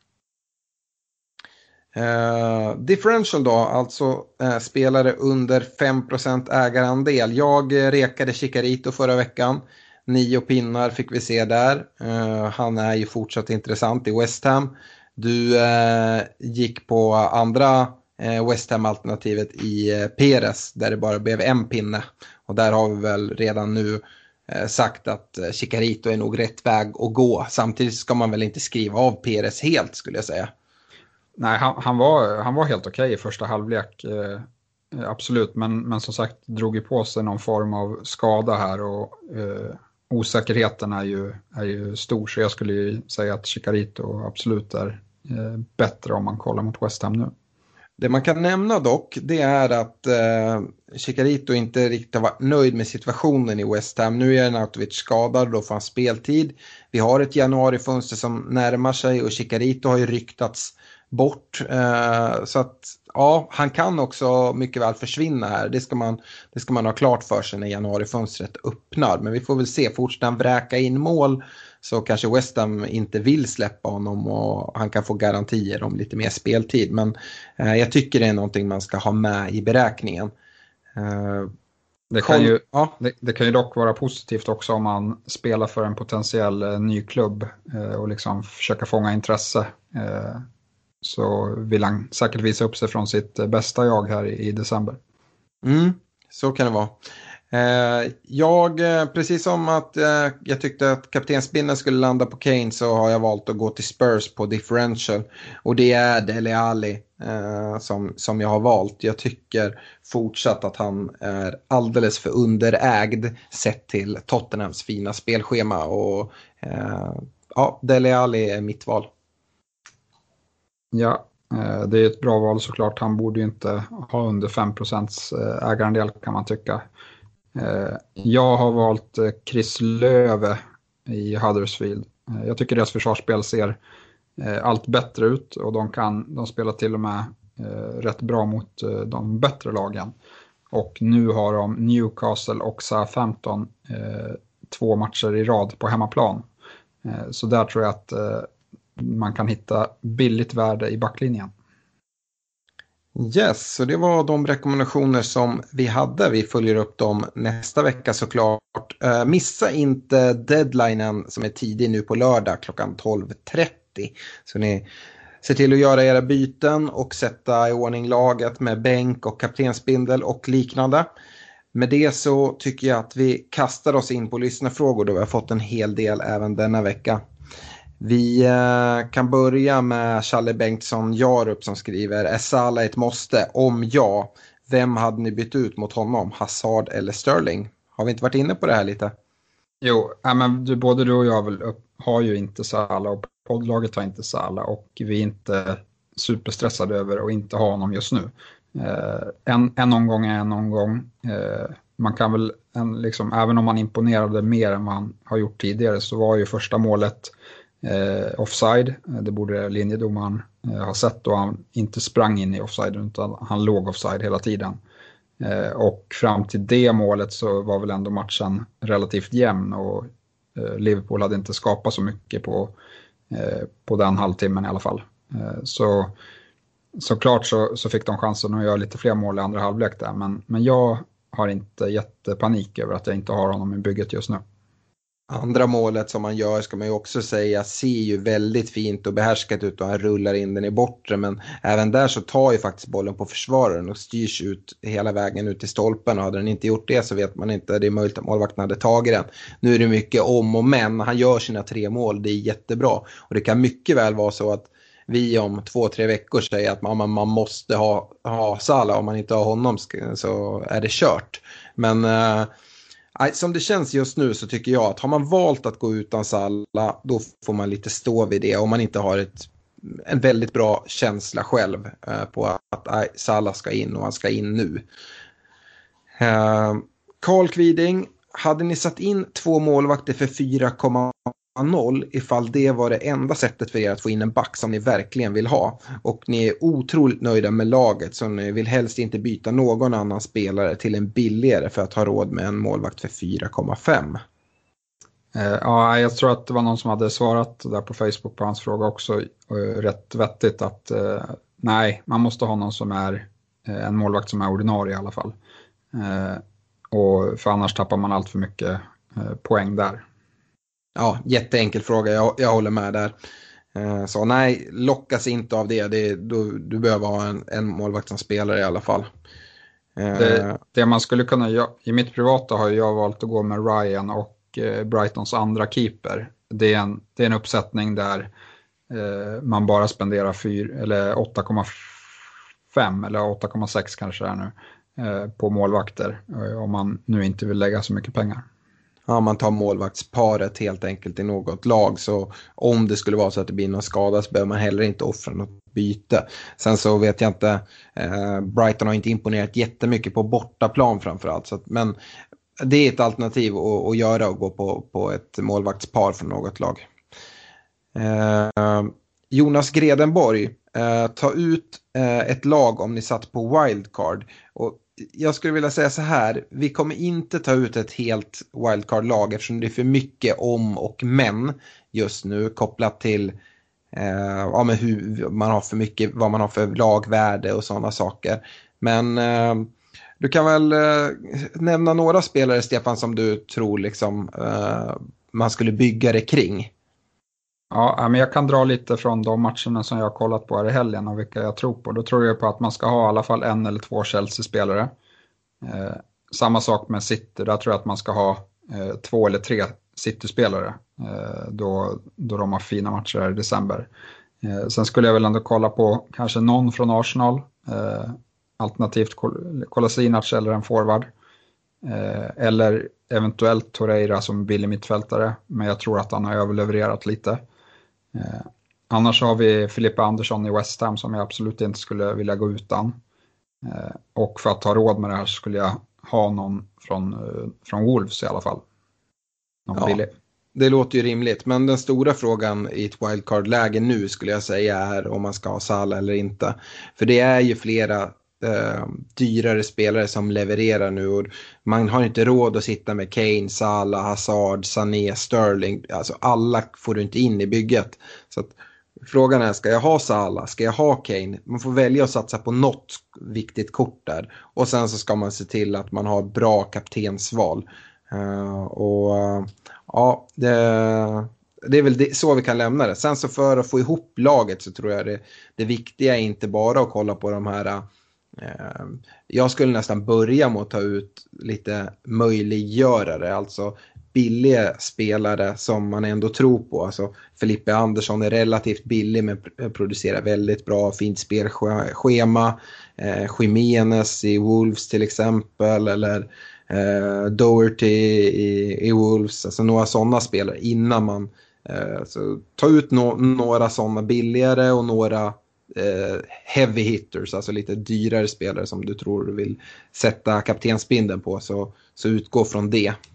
Uh, differential då, alltså uh, spelare under fem procent ägarandel. Jag uh, rekade Chicarito förra veckan. Nio pinnar fick vi se där. Uh, han är ju fortsatt intressant i West Ham. Du uh, gick på andra uh, West Ham-alternativet i uh, Perez där det bara blev en pinne. Och där har vi väl redan nu uh, sagt att uh, Chicarito är nog rätt väg att gå. Samtidigt ska man väl inte skriva av Perez helt, skulle jag säga. Nej, han, han, var, han var helt okej i första halvlek. Uh... Absolut, men, men som sagt drog ju på sig någon form av skada här och eh, osäkerheten är ju, är ju stor, så jag skulle ju säga att Chicarito absolut är eh, bättre om man kollar mot West Ham nu. Det man kan nämna dock, det är att eh, Chicarito inte riktigt var nöjd med situationen i West Ham. Nu är Arnautovic skadad, då får han speltid. Vi har ett januarifönster som närmar sig och Chicarito har ju ryktats bort, eh, så att ja, han kan också mycket väl försvinna här. Det ska man, det ska man ha klart för sig när januarifönstret öppnar. Men vi får väl se, fortsätter han vräka in mål så kanske West Ham inte vill släppa honom och han kan få garantier om lite mer speltid. Men eh, jag tycker det är någonting man ska ha med i beräkningen. Eh, det, kan ju, ja. det, det kan ju dock vara positivt också om man spelar för en potentiell eh, ny klubb eh, och liksom försöka fånga intresse. Eh, så vill han säkert visa upp sig från sitt bästa jag här i, i december. Mm, så kan det vara. Eh, jag, precis som att eh, jag tyckte att kaptensbindeln skulle landa på Kane, så har jag valt att gå till Spurs på differential. Och det är Dele Alli eh, som, som jag har valt. Jag tycker fortsatt att han är alldeles för underägd sett till Tottenhams fina spelschema. Och eh, ja, Dele Alli är mitt val. Ja, det är ett bra val såklart. Han borde ju inte ha under fem procent ägarandel, kan man tycka. Jag har valt Chris Löwe i Huddersfield. Jag tycker deras försvarsspel ser allt bättre ut och de kan de spelar till och med rätt bra mot de bättre lagen. Och nu har de Newcastle och Southampton två matcher i rad på hemmaplan. Så där tror jag att man kan hitta billigt värde i backlinjen. Yes, så det var de rekommendationer som vi hade. Vi följer upp dem nästa vecka såklart. Uh, missa inte deadlinen som är tidig nu på lördag klockan tolv trettio. Så ni ser till att göra era byten och sätta i ordning laget med bänk och kaptensbindel och liknande. Med det så tycker jag att vi kastar oss in på lyssnarfrågor då vi har fått en hel del även denna vecka. Vi eh, kan börja med Challe Bengtsson Jarup som skriver: är Salah ett måste? Om ja, vem hade ni bytt ut mot honom? Hazard eller Sterling? Har vi inte varit inne på det här lite? Jo, äh, men du, både du och jag väl upp, har ju inte Salah och poddlaget har inte Salah och vi är inte superstressade över att inte ha honom just nu. Eh, en, en omgång är en omgång. Eh, man kan väl, en, liksom, även om man imponerade mer än man har gjort tidigare, så var ju första målet eh, offside. Det borde linjedomaren eh, ha sett då han inte sprang in i offside utan han låg offside hela tiden. Eh, och fram till det målet så var väl ändå matchen relativt jämn och eh, Liverpool hade inte skapat så mycket på, eh, på den halvtimmen i alla fall. Eh, så såklart så, så fick de chansen att göra lite fler mål i andra halvlek där, men, men jag har inte jättepanik över att jag inte har honom i bygget just nu. Andra målet som man gör ska man ju också säga ser ju väldigt fint och behärskat ut och han rullar in den i bortre, men även där så tar ju faktiskt bollen på försvararen och styrs ut hela vägen ut till stolpen, och hade den inte gjort det så vet man inte, det är möjligt att målvakten hade tagit den. Nu är det mycket om och men, han gör sina tre mål, det är jättebra, och det kan mycket väl vara så att vi om två, tre veckor säger att man, man måste ha, ha Salah, om man inte har honom så är det kört. Men äh, som det känns just nu så tycker jag att har man valt att gå utan Salah, då får man lite stå vid det, om man inte har ett, en väldigt bra känsla själv äh, på att äh, Salah ska in och han ska in nu. Äh, Carl Kviding, hade ni satt in två målvakter för fyra komma noll ifall det var det enda sättet för er att få in en back som ni verkligen vill ha, och ni är otroligt nöjda med laget så ni vill helst inte byta någon annan spelare till en billigare för att ha råd med en målvakt för fyra komma fem? Eh, ja, jag tror att det var någon som hade svarat där på Facebook på hans fråga också eh, rätt vettigt att eh, nej, man måste ha någon som är eh, en målvakt som är ordinarie i alla fall. Eh, och för annars tappar man allt för mycket eh, poäng där. Ja, jätteenkel fråga, jag, jag håller med där. Eh, så nej, lockas inte av det, det du, du behöver ha en, en målvakt som spelare i alla fall. Eh, det, det man skulle kunna göra, i mitt privata har jag valt att gå med Ryan och eh, Brightons andra keeper. Det är en, det är en uppsättning där eh, man bara spenderar fyra, eller åtta komma fem eller åtta komma sex kanske är nu eh, på målvakter, eh, om man nu inte vill lägga så mycket pengar. Ja, man tar målvaktsparet helt enkelt i något lag, så om det skulle vara så att det blir någon skada så behöver man heller inte offra något byte. Sen så vet jag inte, eh, Brighton har inte imponerat jättemycket på bortaplan framförallt, så att, men det är ett alternativ att, att göra och gå på, på ett målvaktspar från något lag. Eh, Jonas Gredenborg, eh, ta ut eh, ett lag om ni satt på wildcard, och jag skulle vilja säga så här, vi kommer inte ta ut ett helt wildcard-lag eftersom det är för mycket om och men just nu kopplat till eh, ja, men hur man har för mycket, vad man har för lagvärde och sådana saker. Men eh, du kan väl eh, nämna några spelare, Stefan, som du tror liksom, eh, man skulle bygga det kring. Ja, men jag kan dra lite från de matcherna som jag har kollat på här i helgen och vilka jag tror på. Då tror jag på att man ska ha i alla fall en eller två Chelsea-spelare. Eh, samma sak med City, där tror jag att man ska ha eh, två eller tre City-spelare eh, då, då de har fina matcher här i december. Eh, sen skulle jag väl ändå kolla på kanske någon från Arsenal, eh, alternativt Kolasinac eller en forward. Eh, eller eventuellt Torreira som billig mittfältare, men jag tror att han har överlevererat lite. Eh, annars har vi Filippa Andersson i West Ham som jag absolut inte skulle vilja gå utan. Eh, och för att ta råd med det här skulle jag ha någon från, eh, från Wolves i alla fall. Någon ja, billig. Det låter ju rimligt, men den stora frågan i ett wildcard-läge nu skulle jag säga är om man ska ha Salah eller inte. För det är ju flera Uh, dyrare spelare som levererar nu, och man har inte råd att sitta med Kane, Salah, Hazard, Sané, Sterling, alltså alla får du inte in i bygget. Så att frågan är, ska jag ha Salah, ska jag ha Kane? Man får välja att satsa på något viktigt kort där, och sen så ska man se till att man har bra kaptensval. Uh, och uh, ja, det, det är väl det, så vi kan lämna det. Sen så för att få ihop laget så tror jag det, det viktiga är inte bara att kolla på de här. Jag skulle nästan börja med att ta ut lite möjliggörare, alltså billiga spelare som man ändå tror på. Alltså Felipe Andersson är relativt billig men producerar väldigt bra, fint spelschema. eh, Jimenez i Wolves till exempel, eller eh, Doherty i, i Wolves, alltså några sådana spelare innan man eh, så ta ut no- några sådana billigare och några Uh, heavy hitters, alltså lite dyrare spelare som du tror du vill sätta kaptensbindeln på, så, så utgå från det.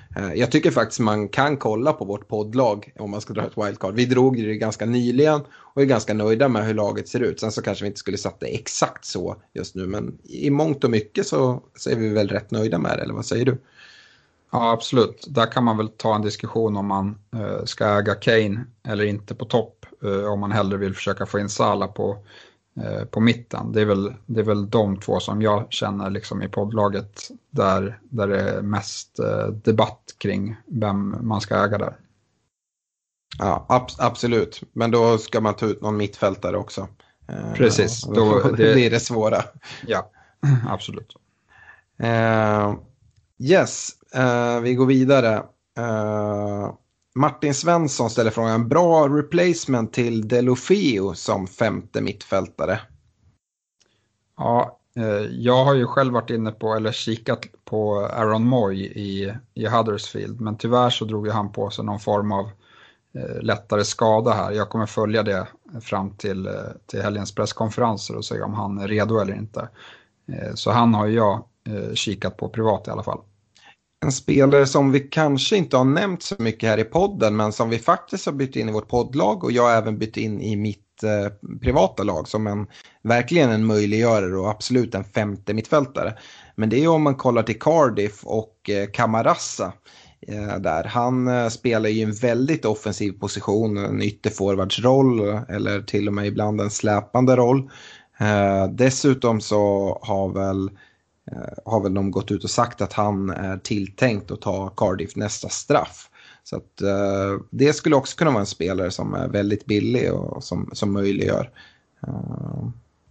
Jag tycker faktiskt man kan kolla på vårt poddlag om man ska dra ett wildcard. Vi drog det ganska nyligen och är ganska nöjda med hur laget ser ut. Sen så kanske vi inte skulle satt det exakt så just nu, men i mångt och mycket så, så är vi väl rätt nöjda med det, eller vad säger du? Ja, absolut. Där kan man väl ta en diskussion om man eh, ska äga Kane eller inte på topp. Eh, om man hellre vill försöka få in Salah på, eh, på mitten. Det är, väl, det är väl de två som jag känner liksom i poddlaget där, där det är mest eh, debatt kring vem man ska äga där. Ja, ab- absolut. Men då ska man ta ut någon mittfältare också. Eh, Precis. Då, det, det blir det svåra. Ja, absolut. Eh, yes, eh, vi går vidare. Eh, Martin Svensson ställer frågan: bra replacement till Delofeo som femte mittfältare. Ja, eh, jag har ju själv varit inne på eller kikat på Aaron Moy i, i Huddersfield, men tyvärr så drog ju han på sig någon form av eh, lättare skada här. Jag kommer följa det fram till, eh, till helgens presskonferenser och se om han är redo eller inte. Eh, så han har ju jag eh, kikat på privat i alla fall. En spelare som vi kanske inte har nämnt så mycket här i podden, men som vi faktiskt har bytt in i vårt poddlag och jag har även bytt in i mitt eh, privata lag som en, verkligen en möjliggörare och absolut en femte mittfältare. Men det är om man kollar till Cardiff och eh, Camarasa eh, där. Han eh, spelar ju en väldigt offensiv position, en ytterforwardsroll eller till och med ibland en släpande roll. Eh, dessutom så har väl har väl de gått ut och sagt att han är tilltänkt att ta Cardiff nästa straff. Så att uh, det skulle också kunna vara en spelare som är väldigt billig och som, som möjliggör. Uh.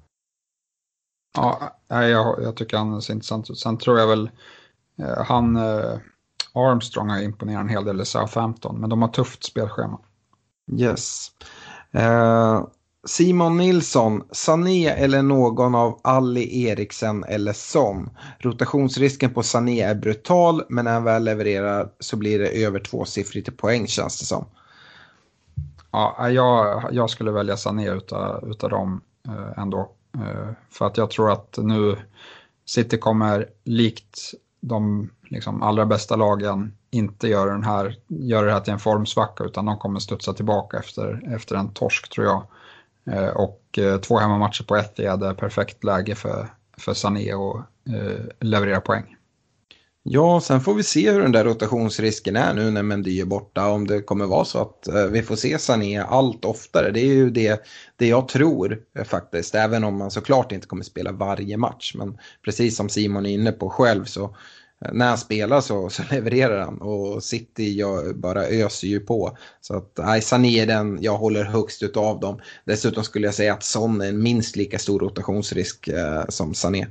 Ja, jag, jag tycker han ser intressant ut. Sen tror jag väl eh, han eh, Armstrong har imponerat en hel del i Southampton, men de har tufft spelschema. Yes. Uh. Simon Nilsson, Sané eller någon av Ali, Eriksen eller Son. Rotationsrisken på Sané är brutal, men när han väl levererar så blir det över tvåsiffrigt i poäng, känns det som. Ja, jag, jag skulle välja Sané utav, utav dem eh, ändå. Eh, för att jag tror att nu City kommer likt de liksom, allra bästa lagen inte göra, den här, göra det här till en formsvacka, utan de kommer studsa tillbaka efter, efter en torsk, tror jag. Och eh, två hemmamatcher på Etihad är perfekt läge för, för Sané att eh, leverera poäng. Ja, sen får vi se hur den där rotationsrisken är nu när Mendy är borta. Om det kommer vara så att eh, vi får se Sané allt oftare. Det är ju det, det jag tror eh, faktiskt. Även om man såklart inte kommer spela varje match. Men precis som Simon är inne på själv så när han spelar så, så levererar han och City jag bara öser ju på. Så att nej, Sané är den jag håller högst utav dem. Dessutom skulle jag säga att Son är en minst lika stor rotationsrisk eh, som Sané.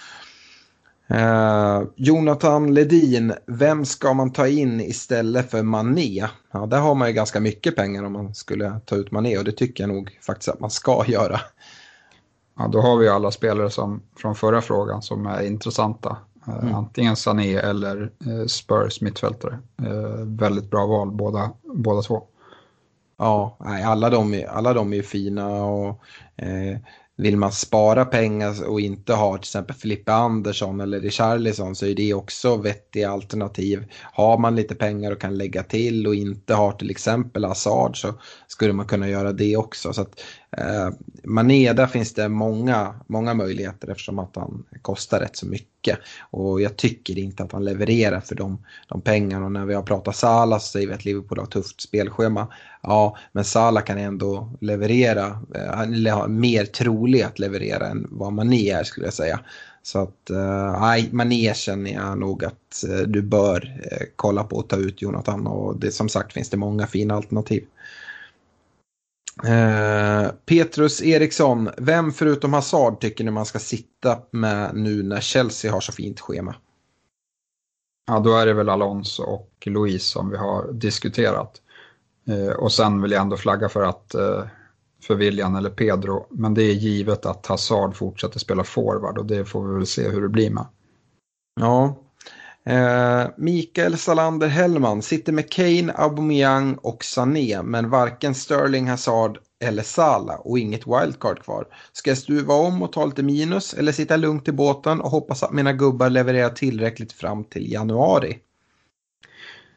Eh, Jonathan Ledin, vem ska man ta in istället för Mané? Ja, där har man ju ganska mycket pengar om man skulle ta ut Mané och det tycker jag nog faktiskt att man ska göra. Ja, då har vi alla spelare som från förra frågan som är intressanta. Mm. Antingen Sané eller eh, Spurs mittfältare. Eh, väldigt bra val båda, båda två. Ja, alla de, alla de är ju fina och eh, vill man spara pengar och inte ha till exempel Filippe Andersson eller Richarlison så är det också vettiga alternativ. Har man lite pengar och kan lägga till och inte har till exempel Hazard så skulle man kunna göra det också. Så att eh, Mané, där finns det många, många möjligheter eftersom att han kostar rätt så mycket. Och jag tycker inte att han levererar för de, de pengarna. Och när vi har pratat Salah så säger vi att Liverpool har tufft spelschema. Ja, men Salah kan ändå leverera. Han är mer trolig att leverera än vad Mané är skulle jag säga. Så att, nej, uh, Mané känner jag nog att uh, du bör uh, kolla på att ta ut Jonathan. Och det, som sagt finns det många fina alternativ. Uh, Petrus Eriksson, vem förutom Hazard tycker ni man ska sitta med nu när Chelsea har så fint schema? Ja, då är det väl Alonso och Luis som vi har diskuterat. Uh, och sen vill jag ändå flagga för att uh, för Willian eller Pedro, men det är givet att Hazard fortsätter spela forward och det får vi väl se hur det blir med. Ja. Eh, Mikael Salander Hellman sitter med Kane, Aubameyang och Sané, men varken Sterling, Hazard eller Salah och inget wildcard kvar. Ska jag stuva om och ta lite minus eller sitta lugnt i båten och hoppas att mina gubbar levererar tillräckligt fram till januari?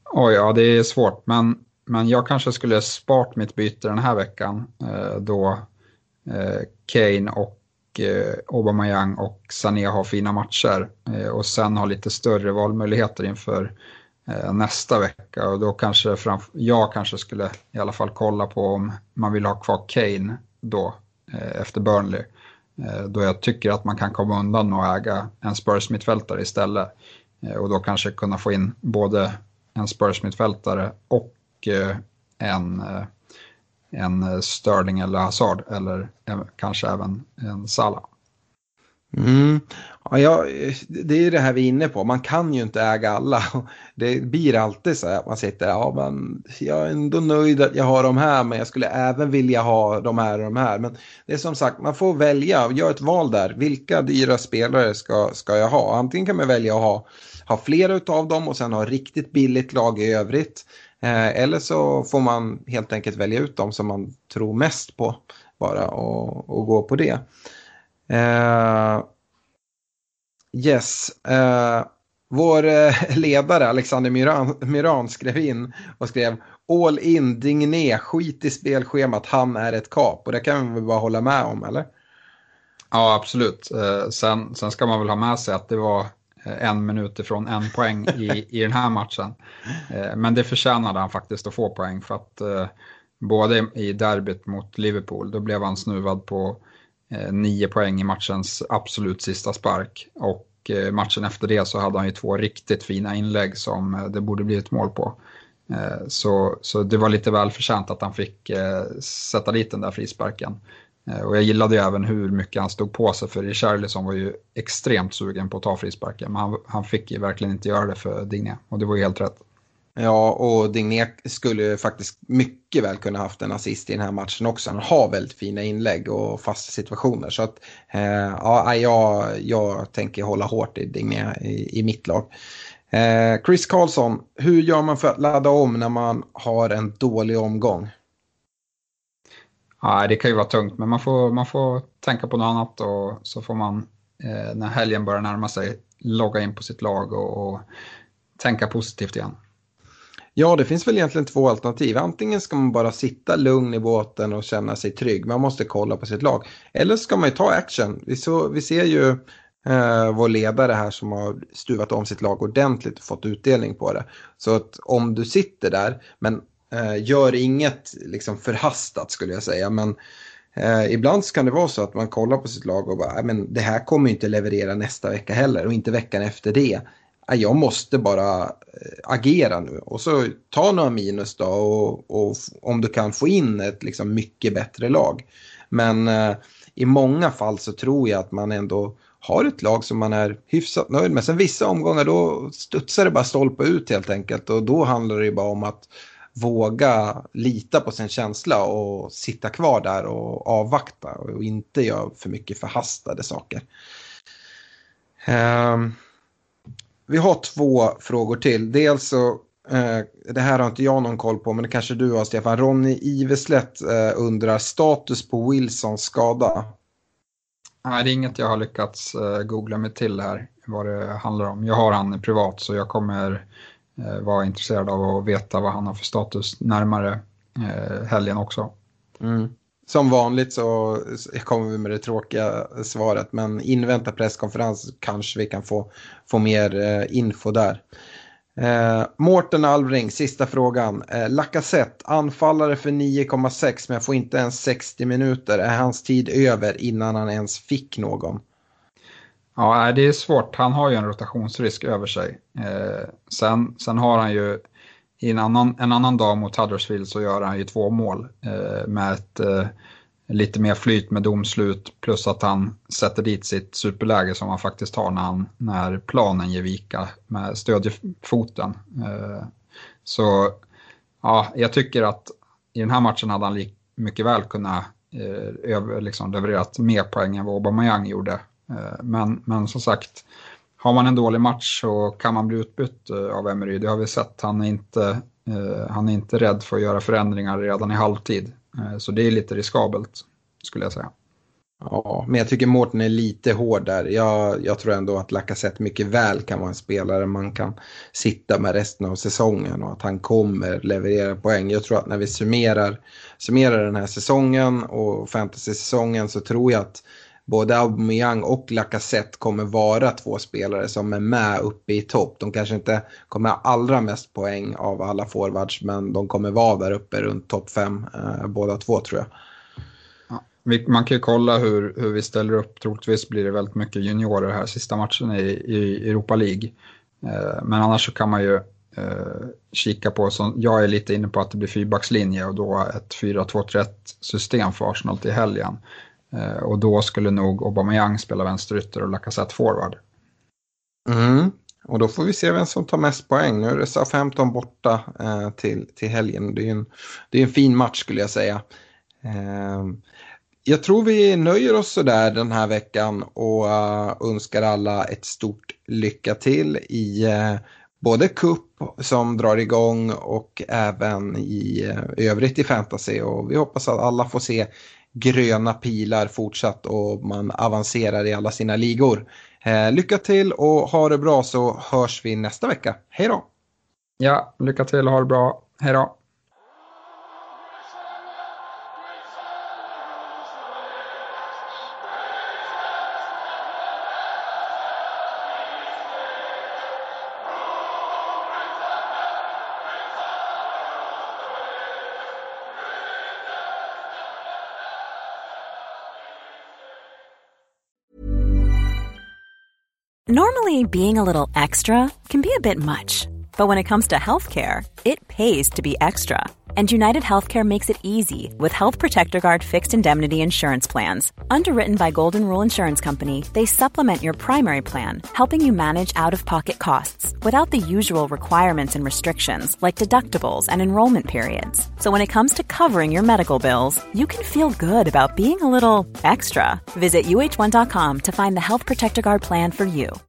Oj, ja, det är svårt. Men, men jag kanske skulle spart mitt byte den här veckan. Eh, då eh, Kane och eh, Aubameyang och Sané har fina matcher. Eh, och sen har lite större valmöjligheter inför eh, nästa vecka. Och då kanske framf- jag kanske skulle i alla fall kolla på om man vill ha kvar Kane då eh, efter Burnley. Eh, då jag tycker att man kan komma undan och äga en Spurs-mittfältare istället. Eh, och då kanske kunna få in både en Spurs-mittfältare och eh, en, eh, en Sterling eller Hazard eller eh, kanske även en Salah. Mm. Ja, ja, det är ju det här vi är inne på. Man kan ju inte äga alla. Det blir alltid så att man sitter, ja, men jag är ändå nöjd att jag har de här, men jag skulle även vilja ha de här och de här. Men det är som sagt, man får välja, göra ett val där. Vilka dyra spelare ska, ska jag ha? Antingen kan man välja att ha, ha flera av dem och sen ha riktigt billigt lag i övrigt. Eh, eller så får man helt enkelt välja ut dem som man tror mest på bara och, och gå på det. Uh, yes, uh, vår uh, ledare Alexander Myran, Myran skrev in och skrev all in, Digné, skit i spelschemat, han är ett kap. Och det kan vi väl bara hålla med om, eller? Ja, absolut. Uh, sen, sen ska man väl ha med sig att det var en minut ifrån en poäng i, i den här matchen. Uh, men det förtjänade han faktiskt att få poäng för att uh, både i derbyt mot Liverpool, då blev han snuvad på nio poäng i matchens absolut sista spark. Och matchen efter det så hade han ju två riktigt fina inlägg som det borde bli ett mål på. Så, så det var lite väl förtjänt att han fick sätta dit den där frisparken. Och jag gillade ju även hur mycket han stod på sig, för Richarlison var ju extremt sugen på att ta frisparken. Men han, han fick ju verkligen inte göra det för Digné, och det var ju helt rätt. Ja, och Digné skulle faktiskt mycket väl kunna haft en assist i den här matchen också. Han har väldigt fina inlägg och fasta situationer. Så att eh, ja, jag, jag tänker hålla hårt i Digné i, i mitt lag. Eh, Chris Karlsson, hur gör man för att ladda om när man har en dålig omgång? Ja, det kan ju vara tungt, men man får, man får tänka på något annat, och så får man eh, när helgen börjar närma sig logga in på sitt lag och, och tänka positivt igen. Ja, det finns väl egentligen två alternativ. Antingen ska man bara sitta lugn i båten och känna sig trygg. Man måste kolla på sitt lag. Eller ska man ju ta action. Vi, så, vi ser ju eh, vår ledare här som har stuvat om sitt lag ordentligt och fått utdelning på det. Så att om du sitter där, men eh, gör inget liksom förhastat skulle jag säga. Men eh, ibland så kan det vara så att man kollar på sitt lag och bara, men det här kommer inte leverera nästa vecka heller och inte veckan efter det. Jag måste bara agera nu och så ta några minus då, och, och om du kan få in ett liksom mycket bättre lag. Men eh, i många fall så tror jag att man ändå har ett lag som man är hyfsat nöjd med. Sen vissa omgångar då studsar det bara stolpa ut helt enkelt, och då handlar det ju bara om att våga lita på sin känsla och sitta kvar där och avvakta och inte göra för mycket förhastade saker. Um, Vi har två frågor till. Dels så, eh, det här har inte jag någon koll på, men det kanske du har, Stefan. Ronny Iveslätt eh, undrar status på Wilsons skada. Nej, det är inget jag har lyckats eh, googla mig till här, vad det handlar om. Jag har han privat, så jag kommer eh, vara intresserad av att veta vad han har för status närmare eh, helgen också. Mm. Som vanligt så kommer vi med det tråkiga svaret, men invänta presskonferens kanske vi kan få, få mer eh, info där. Eh, Mårten Alvring, sista frågan. Eh, Lacazette, anfallare för nio komma sex, men jag får inte ens sextio minuter. Är hans tid över innan han ens fick någon? Ja, det är svårt. Han har ju en rotationsrisk över sig. Eh, sen, sen har han ju i en annan, en annan dag mot Huddersfield så gör han ju två mål eh, med ett eh, lite mer flyt med domslut, plus att han sätter dit sitt superläge som han faktiskt har när, han, när planen ger vika med stödjefoten. Eh, så ja, jag tycker att i den här matchen hade han li- mycket väl kunnat eh, över, liksom levererat mer poäng än vad Aubameyang gjorde. Eh, men, men som sagt, har man en dålig match så kan man bli utbytt av Emery. Det har vi sett. Han är inte, eh, han är inte rädd för att göra förändringar redan i halvtid. Eh, så det är lite riskabelt, skulle jag säga. Ja, men jag tycker Morten är lite hård där. Jag, jag tror ändå att Lacazette mycket väl kan vara en spelare man kan sitta med resten av säsongen och att han kommer leverera poäng. Jag tror att när vi summerar, summerar den här säsongen och fantasy-säsongen så tror jag att både Aubameyang och Lacazette kommer vara två spelare som är med uppe i topp. De kanske inte kommer ha allra mest poäng av alla forwards, men de kommer vara där uppe runt topp fem, eh, båda två tror jag. Man kan ju kolla hur, hur vi ställer upp. Troligtvis blir det väldigt mycket juniorer här sista matchen i, i Europa League. Eh, men annars så kan man ju eh, kika på, så jag är lite inne på att det blir fyrbackslinje och då ett fyra två tre ett system för Arsenal till helgen. Eh, och då skulle nog Aubameyang spela vänsterytter och Lacazette forward. Mm. Och då får vi se vem som tar mest poäng. Nu är det Southampton borta eh, till, till helgen. Det är en, det är en fin match skulle jag säga. Eh, Jag tror vi nöjer oss så där den här veckan och uh, önskar alla ett stort lycka till i uh, både cup som drar igång och även i uh, övrigt i fantasy. Och vi hoppas att alla får se gröna pilar fortsatt och man avancerar i alla sina ligor. Uh, lycka till och ha det bra, så hörs vi nästa vecka. Hej då! Ja, lycka till och ha det bra. Hej då! Normally, being a little extra can be a bit much, but when it comes to healthcare, it pays to be extra. And United Healthcare makes it easy with Health Protector Guard fixed indemnity insurance plans. Underwritten by Golden Rule Insurance Company, they supplement your primary plan, helping you manage out-of-pocket costs without the usual requirements and restrictions like deductibles and enrollment periods. So when it comes to covering your medical bills, you can feel good about being a little extra. Visit U H one dot com to find the Health Protector Guard plan for you.